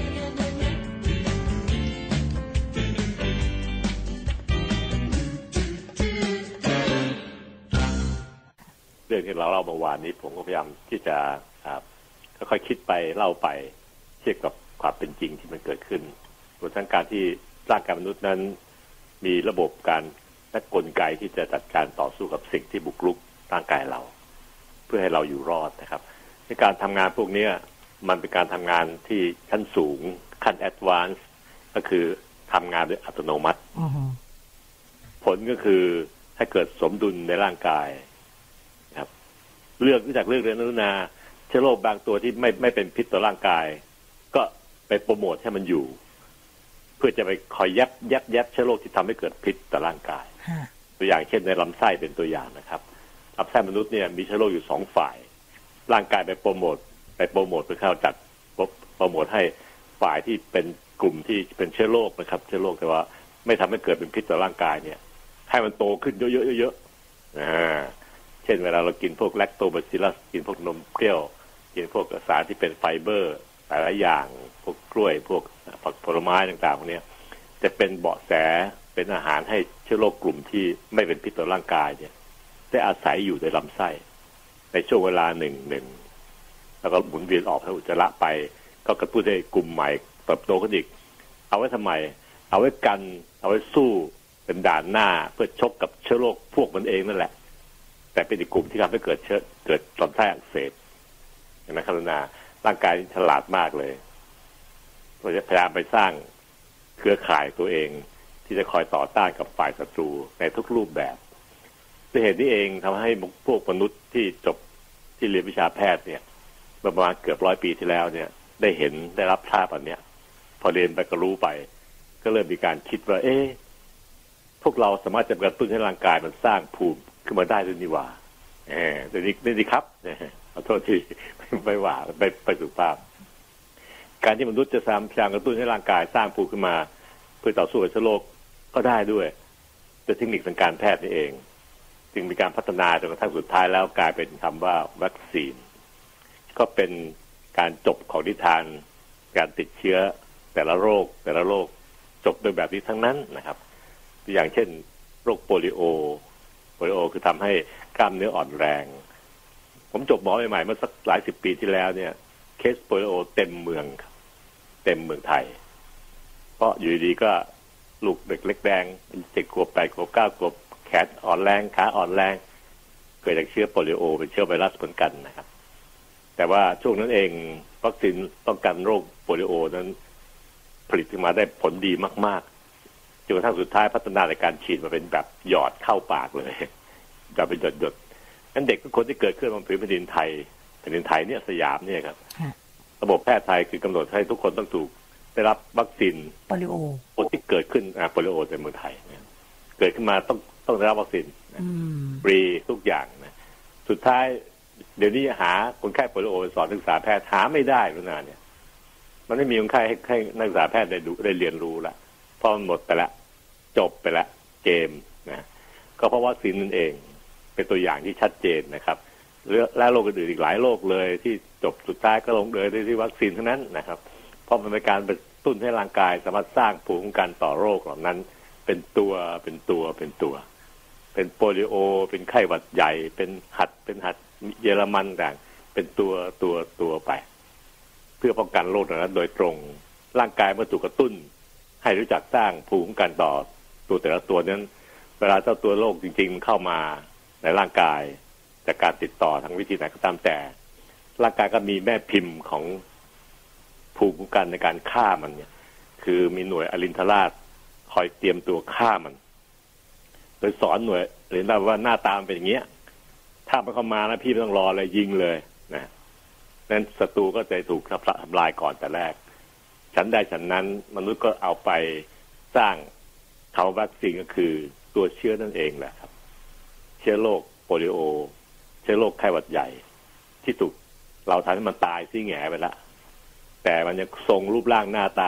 เรื่องที่เราเล่าเมื่อวานนี้ผมก็พยายามที่จะค่อยๆคิดไปเล่าไปเทียบกับความเป็นจริงที่มันเกิดขึ้นรวมทั้งการที่ร่างกายมนุษย์นั้นมีระบบการและกลไกที่จะจัดการต่อสู้กับสิ่งที่บุกรุกร่างกายเราเพื่อให้เราอยู่รอดนะครับในการทำงานพวกนี้มันเป็นการทำงานที่ขั้นสูงขั้นแอดวานซ์ก็คือทำงานโดยอัตโนมัติผลก็คือให้เกิดสมดุลในร่างกายครับเลือกจากเรื่องเรียนรู้นาเชื้อโรคบางตัวที่ไม่เป็นพิษต่อร่างกายก็ไปโปรโมทให้มันอยู่เพื่อจะไปคอยยับเชื้อโรคที่ทำให้เกิดพิษต่อร่างกายตัวอย่างเช่นในลำไส้เป็นตัวอย่างนะครับลำไส้มนุษย์เนี่ยมีเชื้อโรคอยู่2ฝ่ายร่างกายไปโปรโมทเพื่อเข้าจัดโปรโมทให้ฝ่ายที่เป็นกลุ่มที่เป็นเชื้อโรคนะครับเชื้อโรคแต่ว่าไม่ทำให้เกิดเป็นพิษต่อร่างกายเนี่ยให้มันโตขึ้นเยอะๆเช่นเวลาเรากินพวกแลคโตบาซิลลัสกินพวกนมเปรี้ยวกินพวกสารที่เป็นไฟเบอร์หลายอย่างพวกกล้วยพวกผักผลไม้ต่างๆพวกนี้จะเป็นเบาะแสเป็นอาหารให้เชื้อโรคกลุ่มที่ไม่เป็นพิษต่อร่างกายเนี่ยได้อาศัยอยู่ในลำไส้ในช่วงเวลาหนึ่งแล้วก็หมุนเวียนออกทางอุจจาระไปก็กระตุ้นให้กลุ่มใหม่เติบโตขึ้นอีกเอาไว้ทำไมเอาไว้กันเอาไว้สู้เป็นด่านหน้าเพื่อชกกับเชื้อโรคพวกมันเองนั่นแหละแต่เป็นอีกกลุ่มที่ทำให้เกิดลำไส้อักเสบเห็นไหมครับนาร่างกายฉลาดมากเลยเราจะพยายามไปสร้างเครือข่ายตัวเองที่จะคอยต่อต้านกับฝ่ายศัตรูในทุกรูปแบบด้วยเหตุนี้เองทำให้พวกมนุษย์ที่จบที่เรียนวิชาแพทย์เนี่ยประมาณเกือบ100 ปีที่แล้วเนี่ยได้เห็นได้รับทราบอันเนี้ยพอเรียนไปก็รู้ไปก็เริ่มมีการคิดว่าพวกเราสามารถจะกระตุ้นให้ร่างกายมันสร้างภูมิขึ้นมาได้ด้วยนี่หว่าเดี๋ยวนี้ครับขอโทษที่ไม่ว่าไปสุภาพการที่มนุษย์จะพยายามกระตุ้นให้ร่างกายสร้างภูมิขึ้นมาเพื่อต่อสู้กับเชื้อโรคก็ได้ด้วยเทคนิคทางการแพทย์นี่เองจึงมีการพัฒนาจนกระทั่งสุดท้ายแล้วกลายเป็นคำว่าวัคซีนก็เป็นการจบของนิทานการติดเชื้อแต่ละโรคจบโดยแบบนี้ทั้งนั้นนะครับตัวอย่างเช่นโรคโปลิโอคือทำให้กล้ามเนื้ออ่อนแรงผมจบหมอใหม่ๆเมื่อสักหลายสิบปีที่แล้วเนี่ยเคสโปลิโอเต็มเมืองไทยเพราะอยู่ดีๆก็ลูกเด็กเล็กแดง7 ขวบ 8 ขวบ 9 ขวบแขนอ่อนแรงขาอ่อนแรงเกิดจากเชื้อโปลิโอเป็นเชื้อไวรัสเหมือนกันนะครับแต่ว่าช่วงนั้นเองวัคซีนป้องกันโรคโปลิโอนั้นผลิตขึ้นมาได้ผลดีมากๆจนกระทั่งสุดท้ายพัฒนาในการฉีดมาเป็นแบบหยอดเข้าปากเลยแบบเป็นหยดงั้นเด็กทุกคนที่เกิดขึ้นบนพื้นแผ่นดินไทยเนี่ยสยามเนี่ยครับระบบแพทย์ไทยคือกำหนดให้ทุกคนต้องถูกได้รับวัคซีนโปลิโอที่เกิดขึ้นโปลิโอในเมืองไทยเกิดขึ้นมาต้องได้รับวัคซีนฟรีทุกอย่างนะสุดท้ายเดี๋ยวนี้หาคนไข้โปลิโอสอนนักศึกษาแพทย์หาไม่ได้แล้วนะเนี่ยมันไม่มีคนไข้ให้นักศึกษาแพทย์ได้เรียนรู้ละเพราะมันหมดไปละจบไปละเกมนะก็เพราะวัคซีนนั่นเองเป็นตัวอย่างที่ชัดเจนนะครับและโรคอื่นอีกหลายโรคเลยที่จบสุดท้ายก็ลงเอยด้วยที่วัคซีนทั้งนั้นนะครับเพราะมันเป็นการกระตุ้นให้ร่างกายสามารถสร้างภูมิคุ้มกันต่อโรคเหล่านั้นเป็นตัวเป็นโปลิโอเป็นไข้หวัดใหญ่เป็นหัดเยอรมันต่างเป็นตัวไปเพื่อป้องกันโรคนั้นโดยตรงร่างกายเมื่อถูกกระตุ้นให้รู้จักสร้างภูมิคุ้มกันต่อตัวแต่ละตัวนั้นเวลาเจ้าตัวโรคจริงๆเข้ามาในร่างกายจากการติดต่อทางวิธีไหนก็ตามแต่ร่างกายก็มีแม่พิมพ์ของภูมิคุ้มกันในการฆ่ามันเนี่ยคือมีหน่วยอรินทราชคอยเตรียมตัวฆ่ามันโดยสอนหน่วยเรียนได้ว่าหน้าตามันเป็นอย่างเงี้ยถ้ามันเข้ามาแล้วพี่ไม่ต้องรออะไรยิงเลยนะนั้นศัตรูก็จะถูกทำลายก่อนแต่แรกฉันได้ฉันนั้นมนุษย์ก็เอาไปสร้างเขาวัคซีนก็คือตัวเชื้อนั่นเองแหละครับเชื้อโรคโปลิโอเชื้อโรคไข้หวัดใหญ่ที่ถูกเราทำให้มันตายซี่แง่ไปแล้วแต่มันยังทรงรูปร่างหน้าตา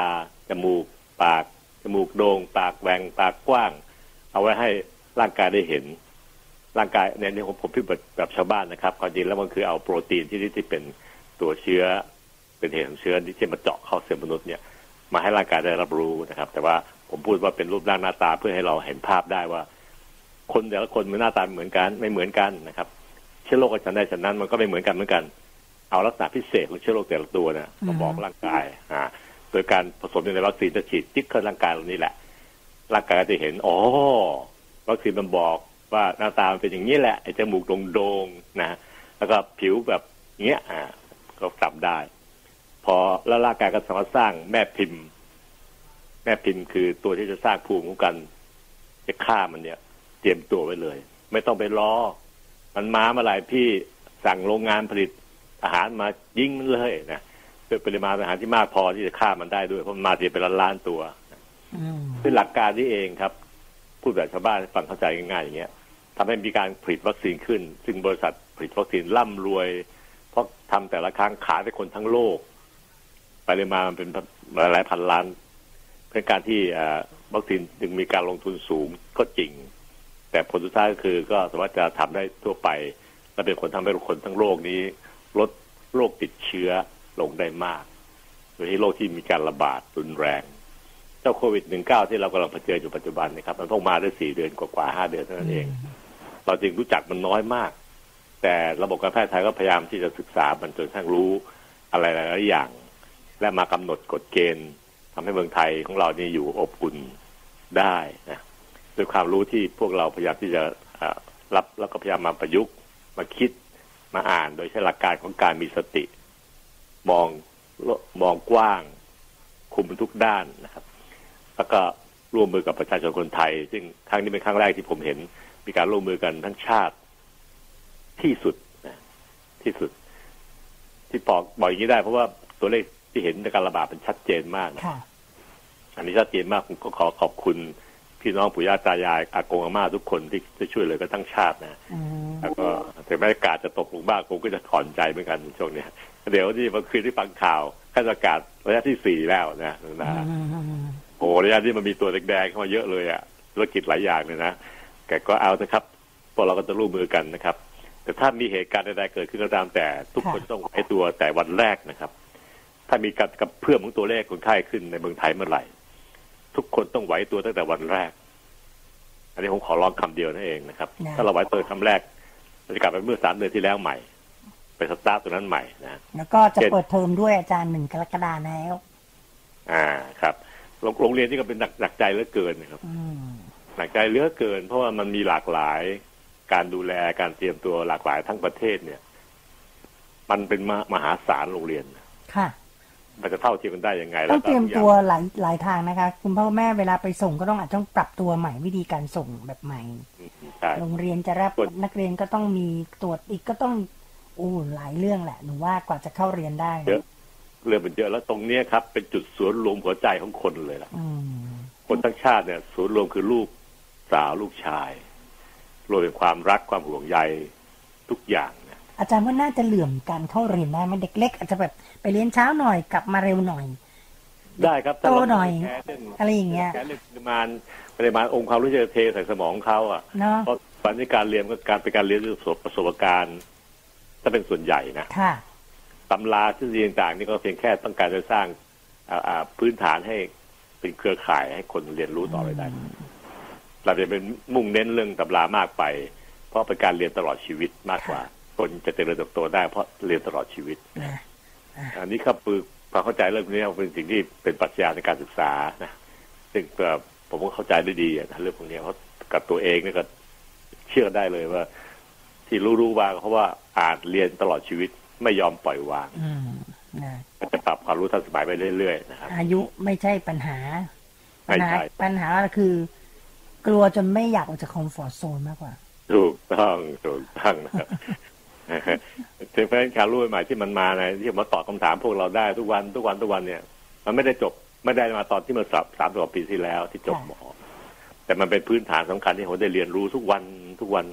จมูกปากจมูกโด่งปากแหว่งปากกว้างเอาไว้ให้ร่างกายได้เห็นร่างกายเนี่ยผมพูดแบบชาวบ้านนะครับความจริงแล้วมันคือเอาโปรตีนที่เป็นตัวเชื้อเป็นเหตุของเชื้อที่มาเจาะเข้าเซลล์มนุษย์เนี่ยมาให้ร่างกายได้รับรู้นะครับแต่ว่าผมพูดว่าเป็นรูปร่างหน้าตาเพื่อให้เราเห็นภาพได้ว่าคนแต่ละคนมันหน้าตาเหมือนกันไม่เหมือนกันนะครับเชื้อโรคกับฉันใดฉันนั้นมันก็ไม่เหมือนกันเอาลักษณะพิเศษของเชื้อโรคแต่ละตัวนะมาบอกร่างกายโดยการผสมในวัคซีนจะฉีดจิ๊กเข้าร่างกายตรงนี้แหละร่างกายก็จะเห็นอ๋อวัคซีนมันบอกว่าหน้าตามันเป็นอย่างนี้แหละไอ้จมูกโด่งๆนะแล้วก็ผิวแบบเงี้ยก็จับได้พอแล้วร่างกายก็สามารถสร้างแม่พิมพ์คือตัวที่จะสร้างภูมิคุ้มกันจะฆ่ามันเนี่ยเตรียมตัวไว้เลยไม่ต้องไปรอมันมาเมื่อไหร่พี่สั่งโรงงานผลิตอาหารมายิงมันเลยนะด้วยปริมาณอาหารที่มากพอที่จะฆ่ามันได้ด้วยเพราะมันมาเทียบเป็นล้านๆตัวด้วยหลักการนี้เองครับพูดแบบชาวบ้านฟังเข้าใจง่ายๆอย่างเงี้ยทำให้มีการผลิตวัคซีนขึ้นซึ่งบริษัทผลิตวัคซีนร่ำรวยเพราะทำแต่ละครั้งขายไปคนทั้งโลกปริมาณมันเป็นหลายพันล้านเป็นการที่วัคซีนจึงมีการลงทุนสูงก็จริงแต่ผลสุดท้ายก็คือก็สามารถจะทำได้ทั่วไปและเป็นคนทำให้คนทั้งโลกนี้ลดโรคติดเชื้อลงได้มากโดยที่โรคที่มีการระบาดรุนแรงเจ้าโควิด-19 ที่เรากำลังเผชิญอยู่ปัจจุบันนะครับมันเพิ่งมาได้4 เดือนกว่าๆ5 เดือนเท่านั้นเองเราจึงรู้จักมันน้อยมากแต่ระบบการแพทย์ไทยก็พยายามที่จะศึกษามันจนกระทั่งรู้อะไรหลายๆอย่างและมากำหนดกฎเกณฑ์ทำให้เมืองไทยของเรานี่อยู่อบอุ่นได้นะด้วยความรู้ที่พวกเราพยายามที่จะรับแล้วก็พยายามมาประยุกต์มาคิดมาอ่านโดยใช้หลักการของการมีสติมองกว้างคุมทุกด้านนะครับแล้วก็ร่วมมือกับประชาชนคนไทยซึ่งครั้งนี้เป็นครั้งแรกที่ผมเห็นมีการร่วมมือกันทั้งชาติที่สุดนะที่สุดที่บอกอย่างนี้ได้เพราะว่าตัวเลขที่เห็นในการระบาดเป็นชัดเจนมากนะอันนี้ชัดเจนมากผมก็ขอขอบคุณพี่น้องปู่ย่าตายายอากงอาม่าทุกคนที่ช่วยเหลือกันทั้งชาตินะแล้วก็ถึงแม้อากาศจะตกลงบ้างผมก็จะถอนใจเหมือนกันช่วงนี้เดี๋ยวที่เมื่อคืนที่ฟังข่าวขั้นอากาศระยะที่4แล้วนะโอ้ระยะที่มันมีตัวแดงๆเข้ามาเยอะเลยธุรกิจหลายอย่างเลยนะแต่ก็เอานะครับพวกเราก็จะร่วมมือกันนะครับแต่ถ้ามีเหตุการณ์ใดๆเกิดขึ้นก็ตามแต่ทุกคนต้องไหวตัวแต่วันแรกนะครับถ้ามีการกับเพื่อมของตัวเลขคนไข้ขึ้นในเมืองไทยเมื่อไหร่ทุกคนต้องไหวตัวตั้งแต่วันแรกอันนี้ผมขอร้องคำเดียวนั่นเองนะครับถ้าเราไหวตัวคำแรกเราจะกลับไปเมื่อ3 เดือนที่แล้วใหม่ไปสตาร์ทตัวนั้นใหม่นะแล้วก็จะเปิดเทอมด้วยอาจารย์1 กรกฎาคมแล้วครับโรงเรียนที่ก็เป็นหนักใจเหลือเกินนะครับหนักใจเหลือเกินเพราะว่ามันมีหลากหลายการดูแลการเตรียมตัวหลากหลายทั้งประเทศเนี่ยมันเป็นมหาศาลโรงเรียนค่ะมันจะเท่าเทียมกันได้ยังไงต้องเตรียมตัวหลายทางนะคะคุณพ่อแม่เวลาไปส่งก็อาจต้องปรับตัวใหม่วิธีการส่งแบบใหม่โรงเรียนจะรับนักเรียนก็ต้องมีตรวจอีกก็ต้องหลายเรื่องแหละหนูว่ากว่าจะเข้าเรียนได้เยอะเรื่องมันเยอะแล้วตรงนี้ครับเป็นจุดศูนย์รวมหัวใจของคนเลยล่ะคนทั้งชาติเนี่ยศูนย์รวมคือลูกสาวลูกชายรวมเป็นความรักความห่วงใยทุกอย่างนะอาจารย์ว่าน่าจะเหลื่อมการเข้าเรียนได้ไหมเด็กเล็กอาจจะแบบไปเรียนเช้าหน่อยกลับมาเร็วหน่อยได้ครับโตหน่อยอะไรอย่างเงี้ยแค่เรื่องปริมาณองค์ความรู้จะเทใส่สมองเขาเพราะตอนนี้การเรียนก็การเป็นการเรียนประสบการณ์ถ้าเป็นส่วนใหญ่นะตำราทฤษฎีต่างๆนี่ก็เพียงแค่ต้องการจะสร้างพื้นฐานให้เป็นเครือข่ายให้คนเรียนรู้ต่อไปได้เราจะเป็นมุ่งเน้นเรื่องตำรามากไปเพราะเป็นการเรียนตลอดชีวิตมากกว่าคนจะเจริญเติบโตได้เพราะเรียนตลอดชีวิตอันนี้ครับคือความเข้าใจเรื่องนี้เป็นสิ่งที่เป็นปรัชญาในการศึกษานะซึ่งผมก็เข้าใจได้ดีนะเรื่องพวกนี้เพราะกับตัวเองนี่ก็เชื่อได้เลยว่าที่รู้ว่าเพราะว่าอ่านเรียนตลอดชีวิตไม่ยอมปล่อยวางจะปรับความรู้ทันสมัยไปเรื่อยๆนะครับอายุไม่ใช่ปัญหาปัญหาคือกลัวจนไม่อยากออกจากคอมฟอร์ตโซนมากกว่าถูกต้องนะครับถึงแม้การรู้ใหม่ที่มันมาในที่มาตอบคำถามพวกเราได้ทุกวันเนี่ยมันไม่ได้จบไม่ได้มาตอนที่มา30 กว่าปีที่แล้วที่จบหมอแต่มันเป็นพื้นฐานสำคัญที่ผมได้เรียนรู้ทุกวัน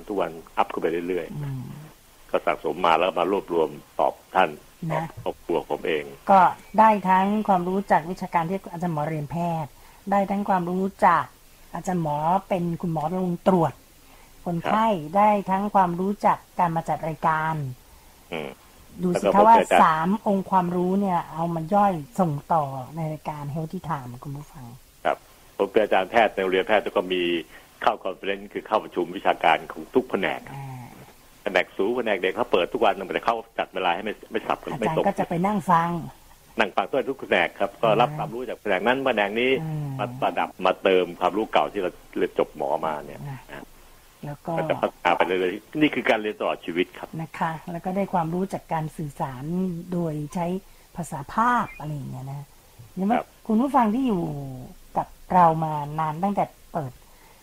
อัพขึ้นไปเรื่อยๆก็สะสมมาแล้วมารวบรวมตอบท่านตอบครอบครัวผมเองก็ได้ทั้งความรู้จากวิชาการที่อาจารย์หมอเรียนแพทย์ได้ทั้งความรู้จากอาจารย์หมอเป็นคุณหมอลงตรวจคนไข้ได้ทั้งความรู้จากการมาจัดรายการดูสิคะว่า3องค์ความรู้เนี่ยเอามาย่อยส่งต่อในรายการ Healthy Time คุณผู้ฟังครับผมเป็นอาจารย์แพทย์ในโรงเรียนแพทย์แล้วก็มีเข้าคอนเฟอเรนซ์คือเข้าประชุมวิชาการของทุกแผนกแผนกสูแผนกเด็กเขาเปิดทุกวันแต่เข้าจัดเวลาให้ไม่สับกันไม่ตกก็จะไปนั่งฟังด้วยทุกแผนกครับก็รับความรู้จากแผนกนั้นแผนกนี้มาประดับมาเติมความรู้เก่าที่เราเรียนจบหมอมาเนี่ยแล้วก็จะพัฒนาไปเลยนี่คือการเรียนตลอดชีวิตครับนะคะแล้วก็ได้ความรู้จากการสื่อสารโดยใช้ภาษาภาพอะไรอย่างเงี้ยนะนี่ว่าคุณผู้ฟังที่อยู่กับเรามานานตั้งแต่เปิด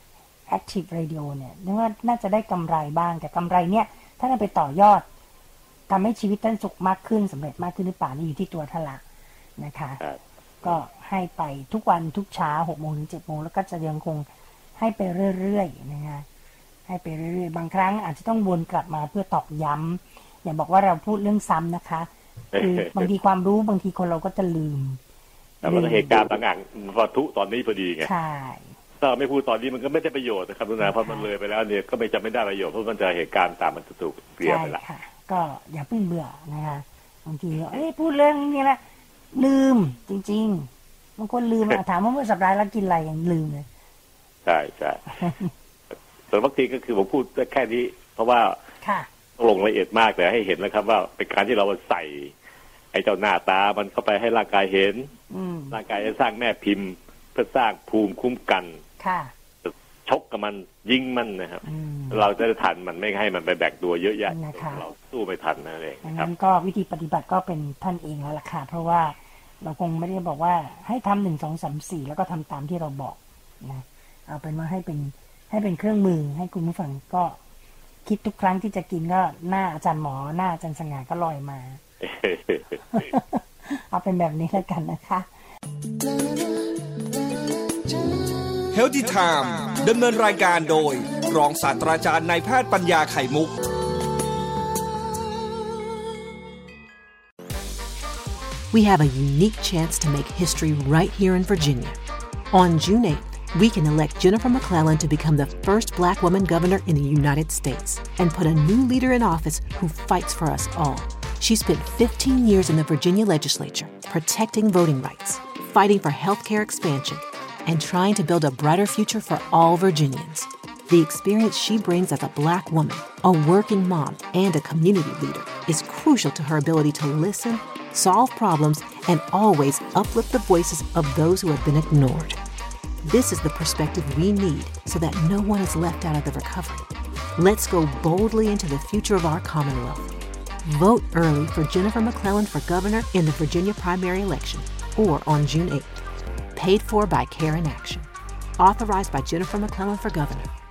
Active Radio เนี่ยนึกว่าน่าจะได้กำไรบ้างแต่กำไรเนี่ยถ้าเราไปต่อยอดทำให้ชีวิตท่านสุขมากขึ้นสำเร็จมากขึ้นหรือเปล่านี่อยู่ที่ตัวท่านละนะคะก็ให้ไปทุกวันทุกเช้า 6:00 น. ถึง 7:00 น. แล้วก็จะยังคงให้ไปเรื่อยๆนะคะให้ไปเรื่อยๆบางครั้งอาจจะต้องวนกลับมาเพื่อตอกย้ำอย่าบอกว่าเราพูดเรื่องซ้ำนะคะคือบางทีความรู้บางทีคนเราก็จะลืมแต่ว่าเหตุการณ์บางอย่างพอทุตอนนี้พอดีไงใช่ถ้าไม่พูดตอนนี้มันก็ไม่ได้ประโยชน์นะครับทุกท่านเพราะมันเลยไปแล้วเนี่ยก็ไม่ได้ประโยชน์เพราะมันจะเหตุการณ์ตามมันถูกเปลี่ยนไปละก็อย่าเพิ่งเบื่อนะคะบางทีพูดเรื่องนี้แหละลืมจริงๆบางคนลืมถามว่าเมื่อสัปดาห์แล้วกินอะไรยังลืมเลยใช่ใช่ส่วนบางทีก็คือผมพูดแค่นี้เพราะว่าลงละเอียดมากแต่ให้เห็นแล้วครับว่าเป็นการที่เราใส่ไอ้เจ้าหน้าตามันเข้าไปให้ร่างกายเห็นร่างกายจะสร้างแม่พิมพ์เพื่อสร้างภูมิคุ้มกันชกกับมันยิงมันนะครับเราจะทันมันไม่ให้มันไปแบกตัวเยอะแยะเราสู้ไม่ทันนั่นเองครับงั้นก็วิธีปฏิบัติก็เป็นท่านเองแล้วล่ะค่ะเพราะว่าเราคงไม่ได้บอกว่าให้ทำ1 2 3 4แล้วก็ทำตามที่เราบอกนะเอาเป็นว่าให้เป็นเครื่องมือให้คุณผู้ฟังก็คิดทุกครั้งที่จะกินก็หน้าอาจารย์หมอหน้าอาจารย์สง่าก็ลอยมา เอาเป็นแบบนี้แล้วกันนะคะ Healthy Time ดำเนินรายการโดยรองศาสตราจารย์นายแพทย์ปัญญาไข่มุก We have a unique chance to make history right here in Virginia. On June 8th, we can elect Jennifer McClellan to become the first Black woman governor in the United States and put a new leader in office who fights for us all. She spent 15 years in the Virginia legislature, protecting voting rights, fighting for health care expansion, and trying to build a brighter future for all Virginians. The experience she brings as a Black woman, a working mom, and a community leader is crucial to her ability to listen, solve problems, and always uplift the voices of those who have been ignored. This is the perspective we need so that no one is left out of the recovery. Let's go boldly into the future of our Commonwealth. Vote early for Jennifer McClellan for governor in the Virginia primary election or on June 8th. Paid for by Care in Action. Authorized by Jennifer McClellan for governor.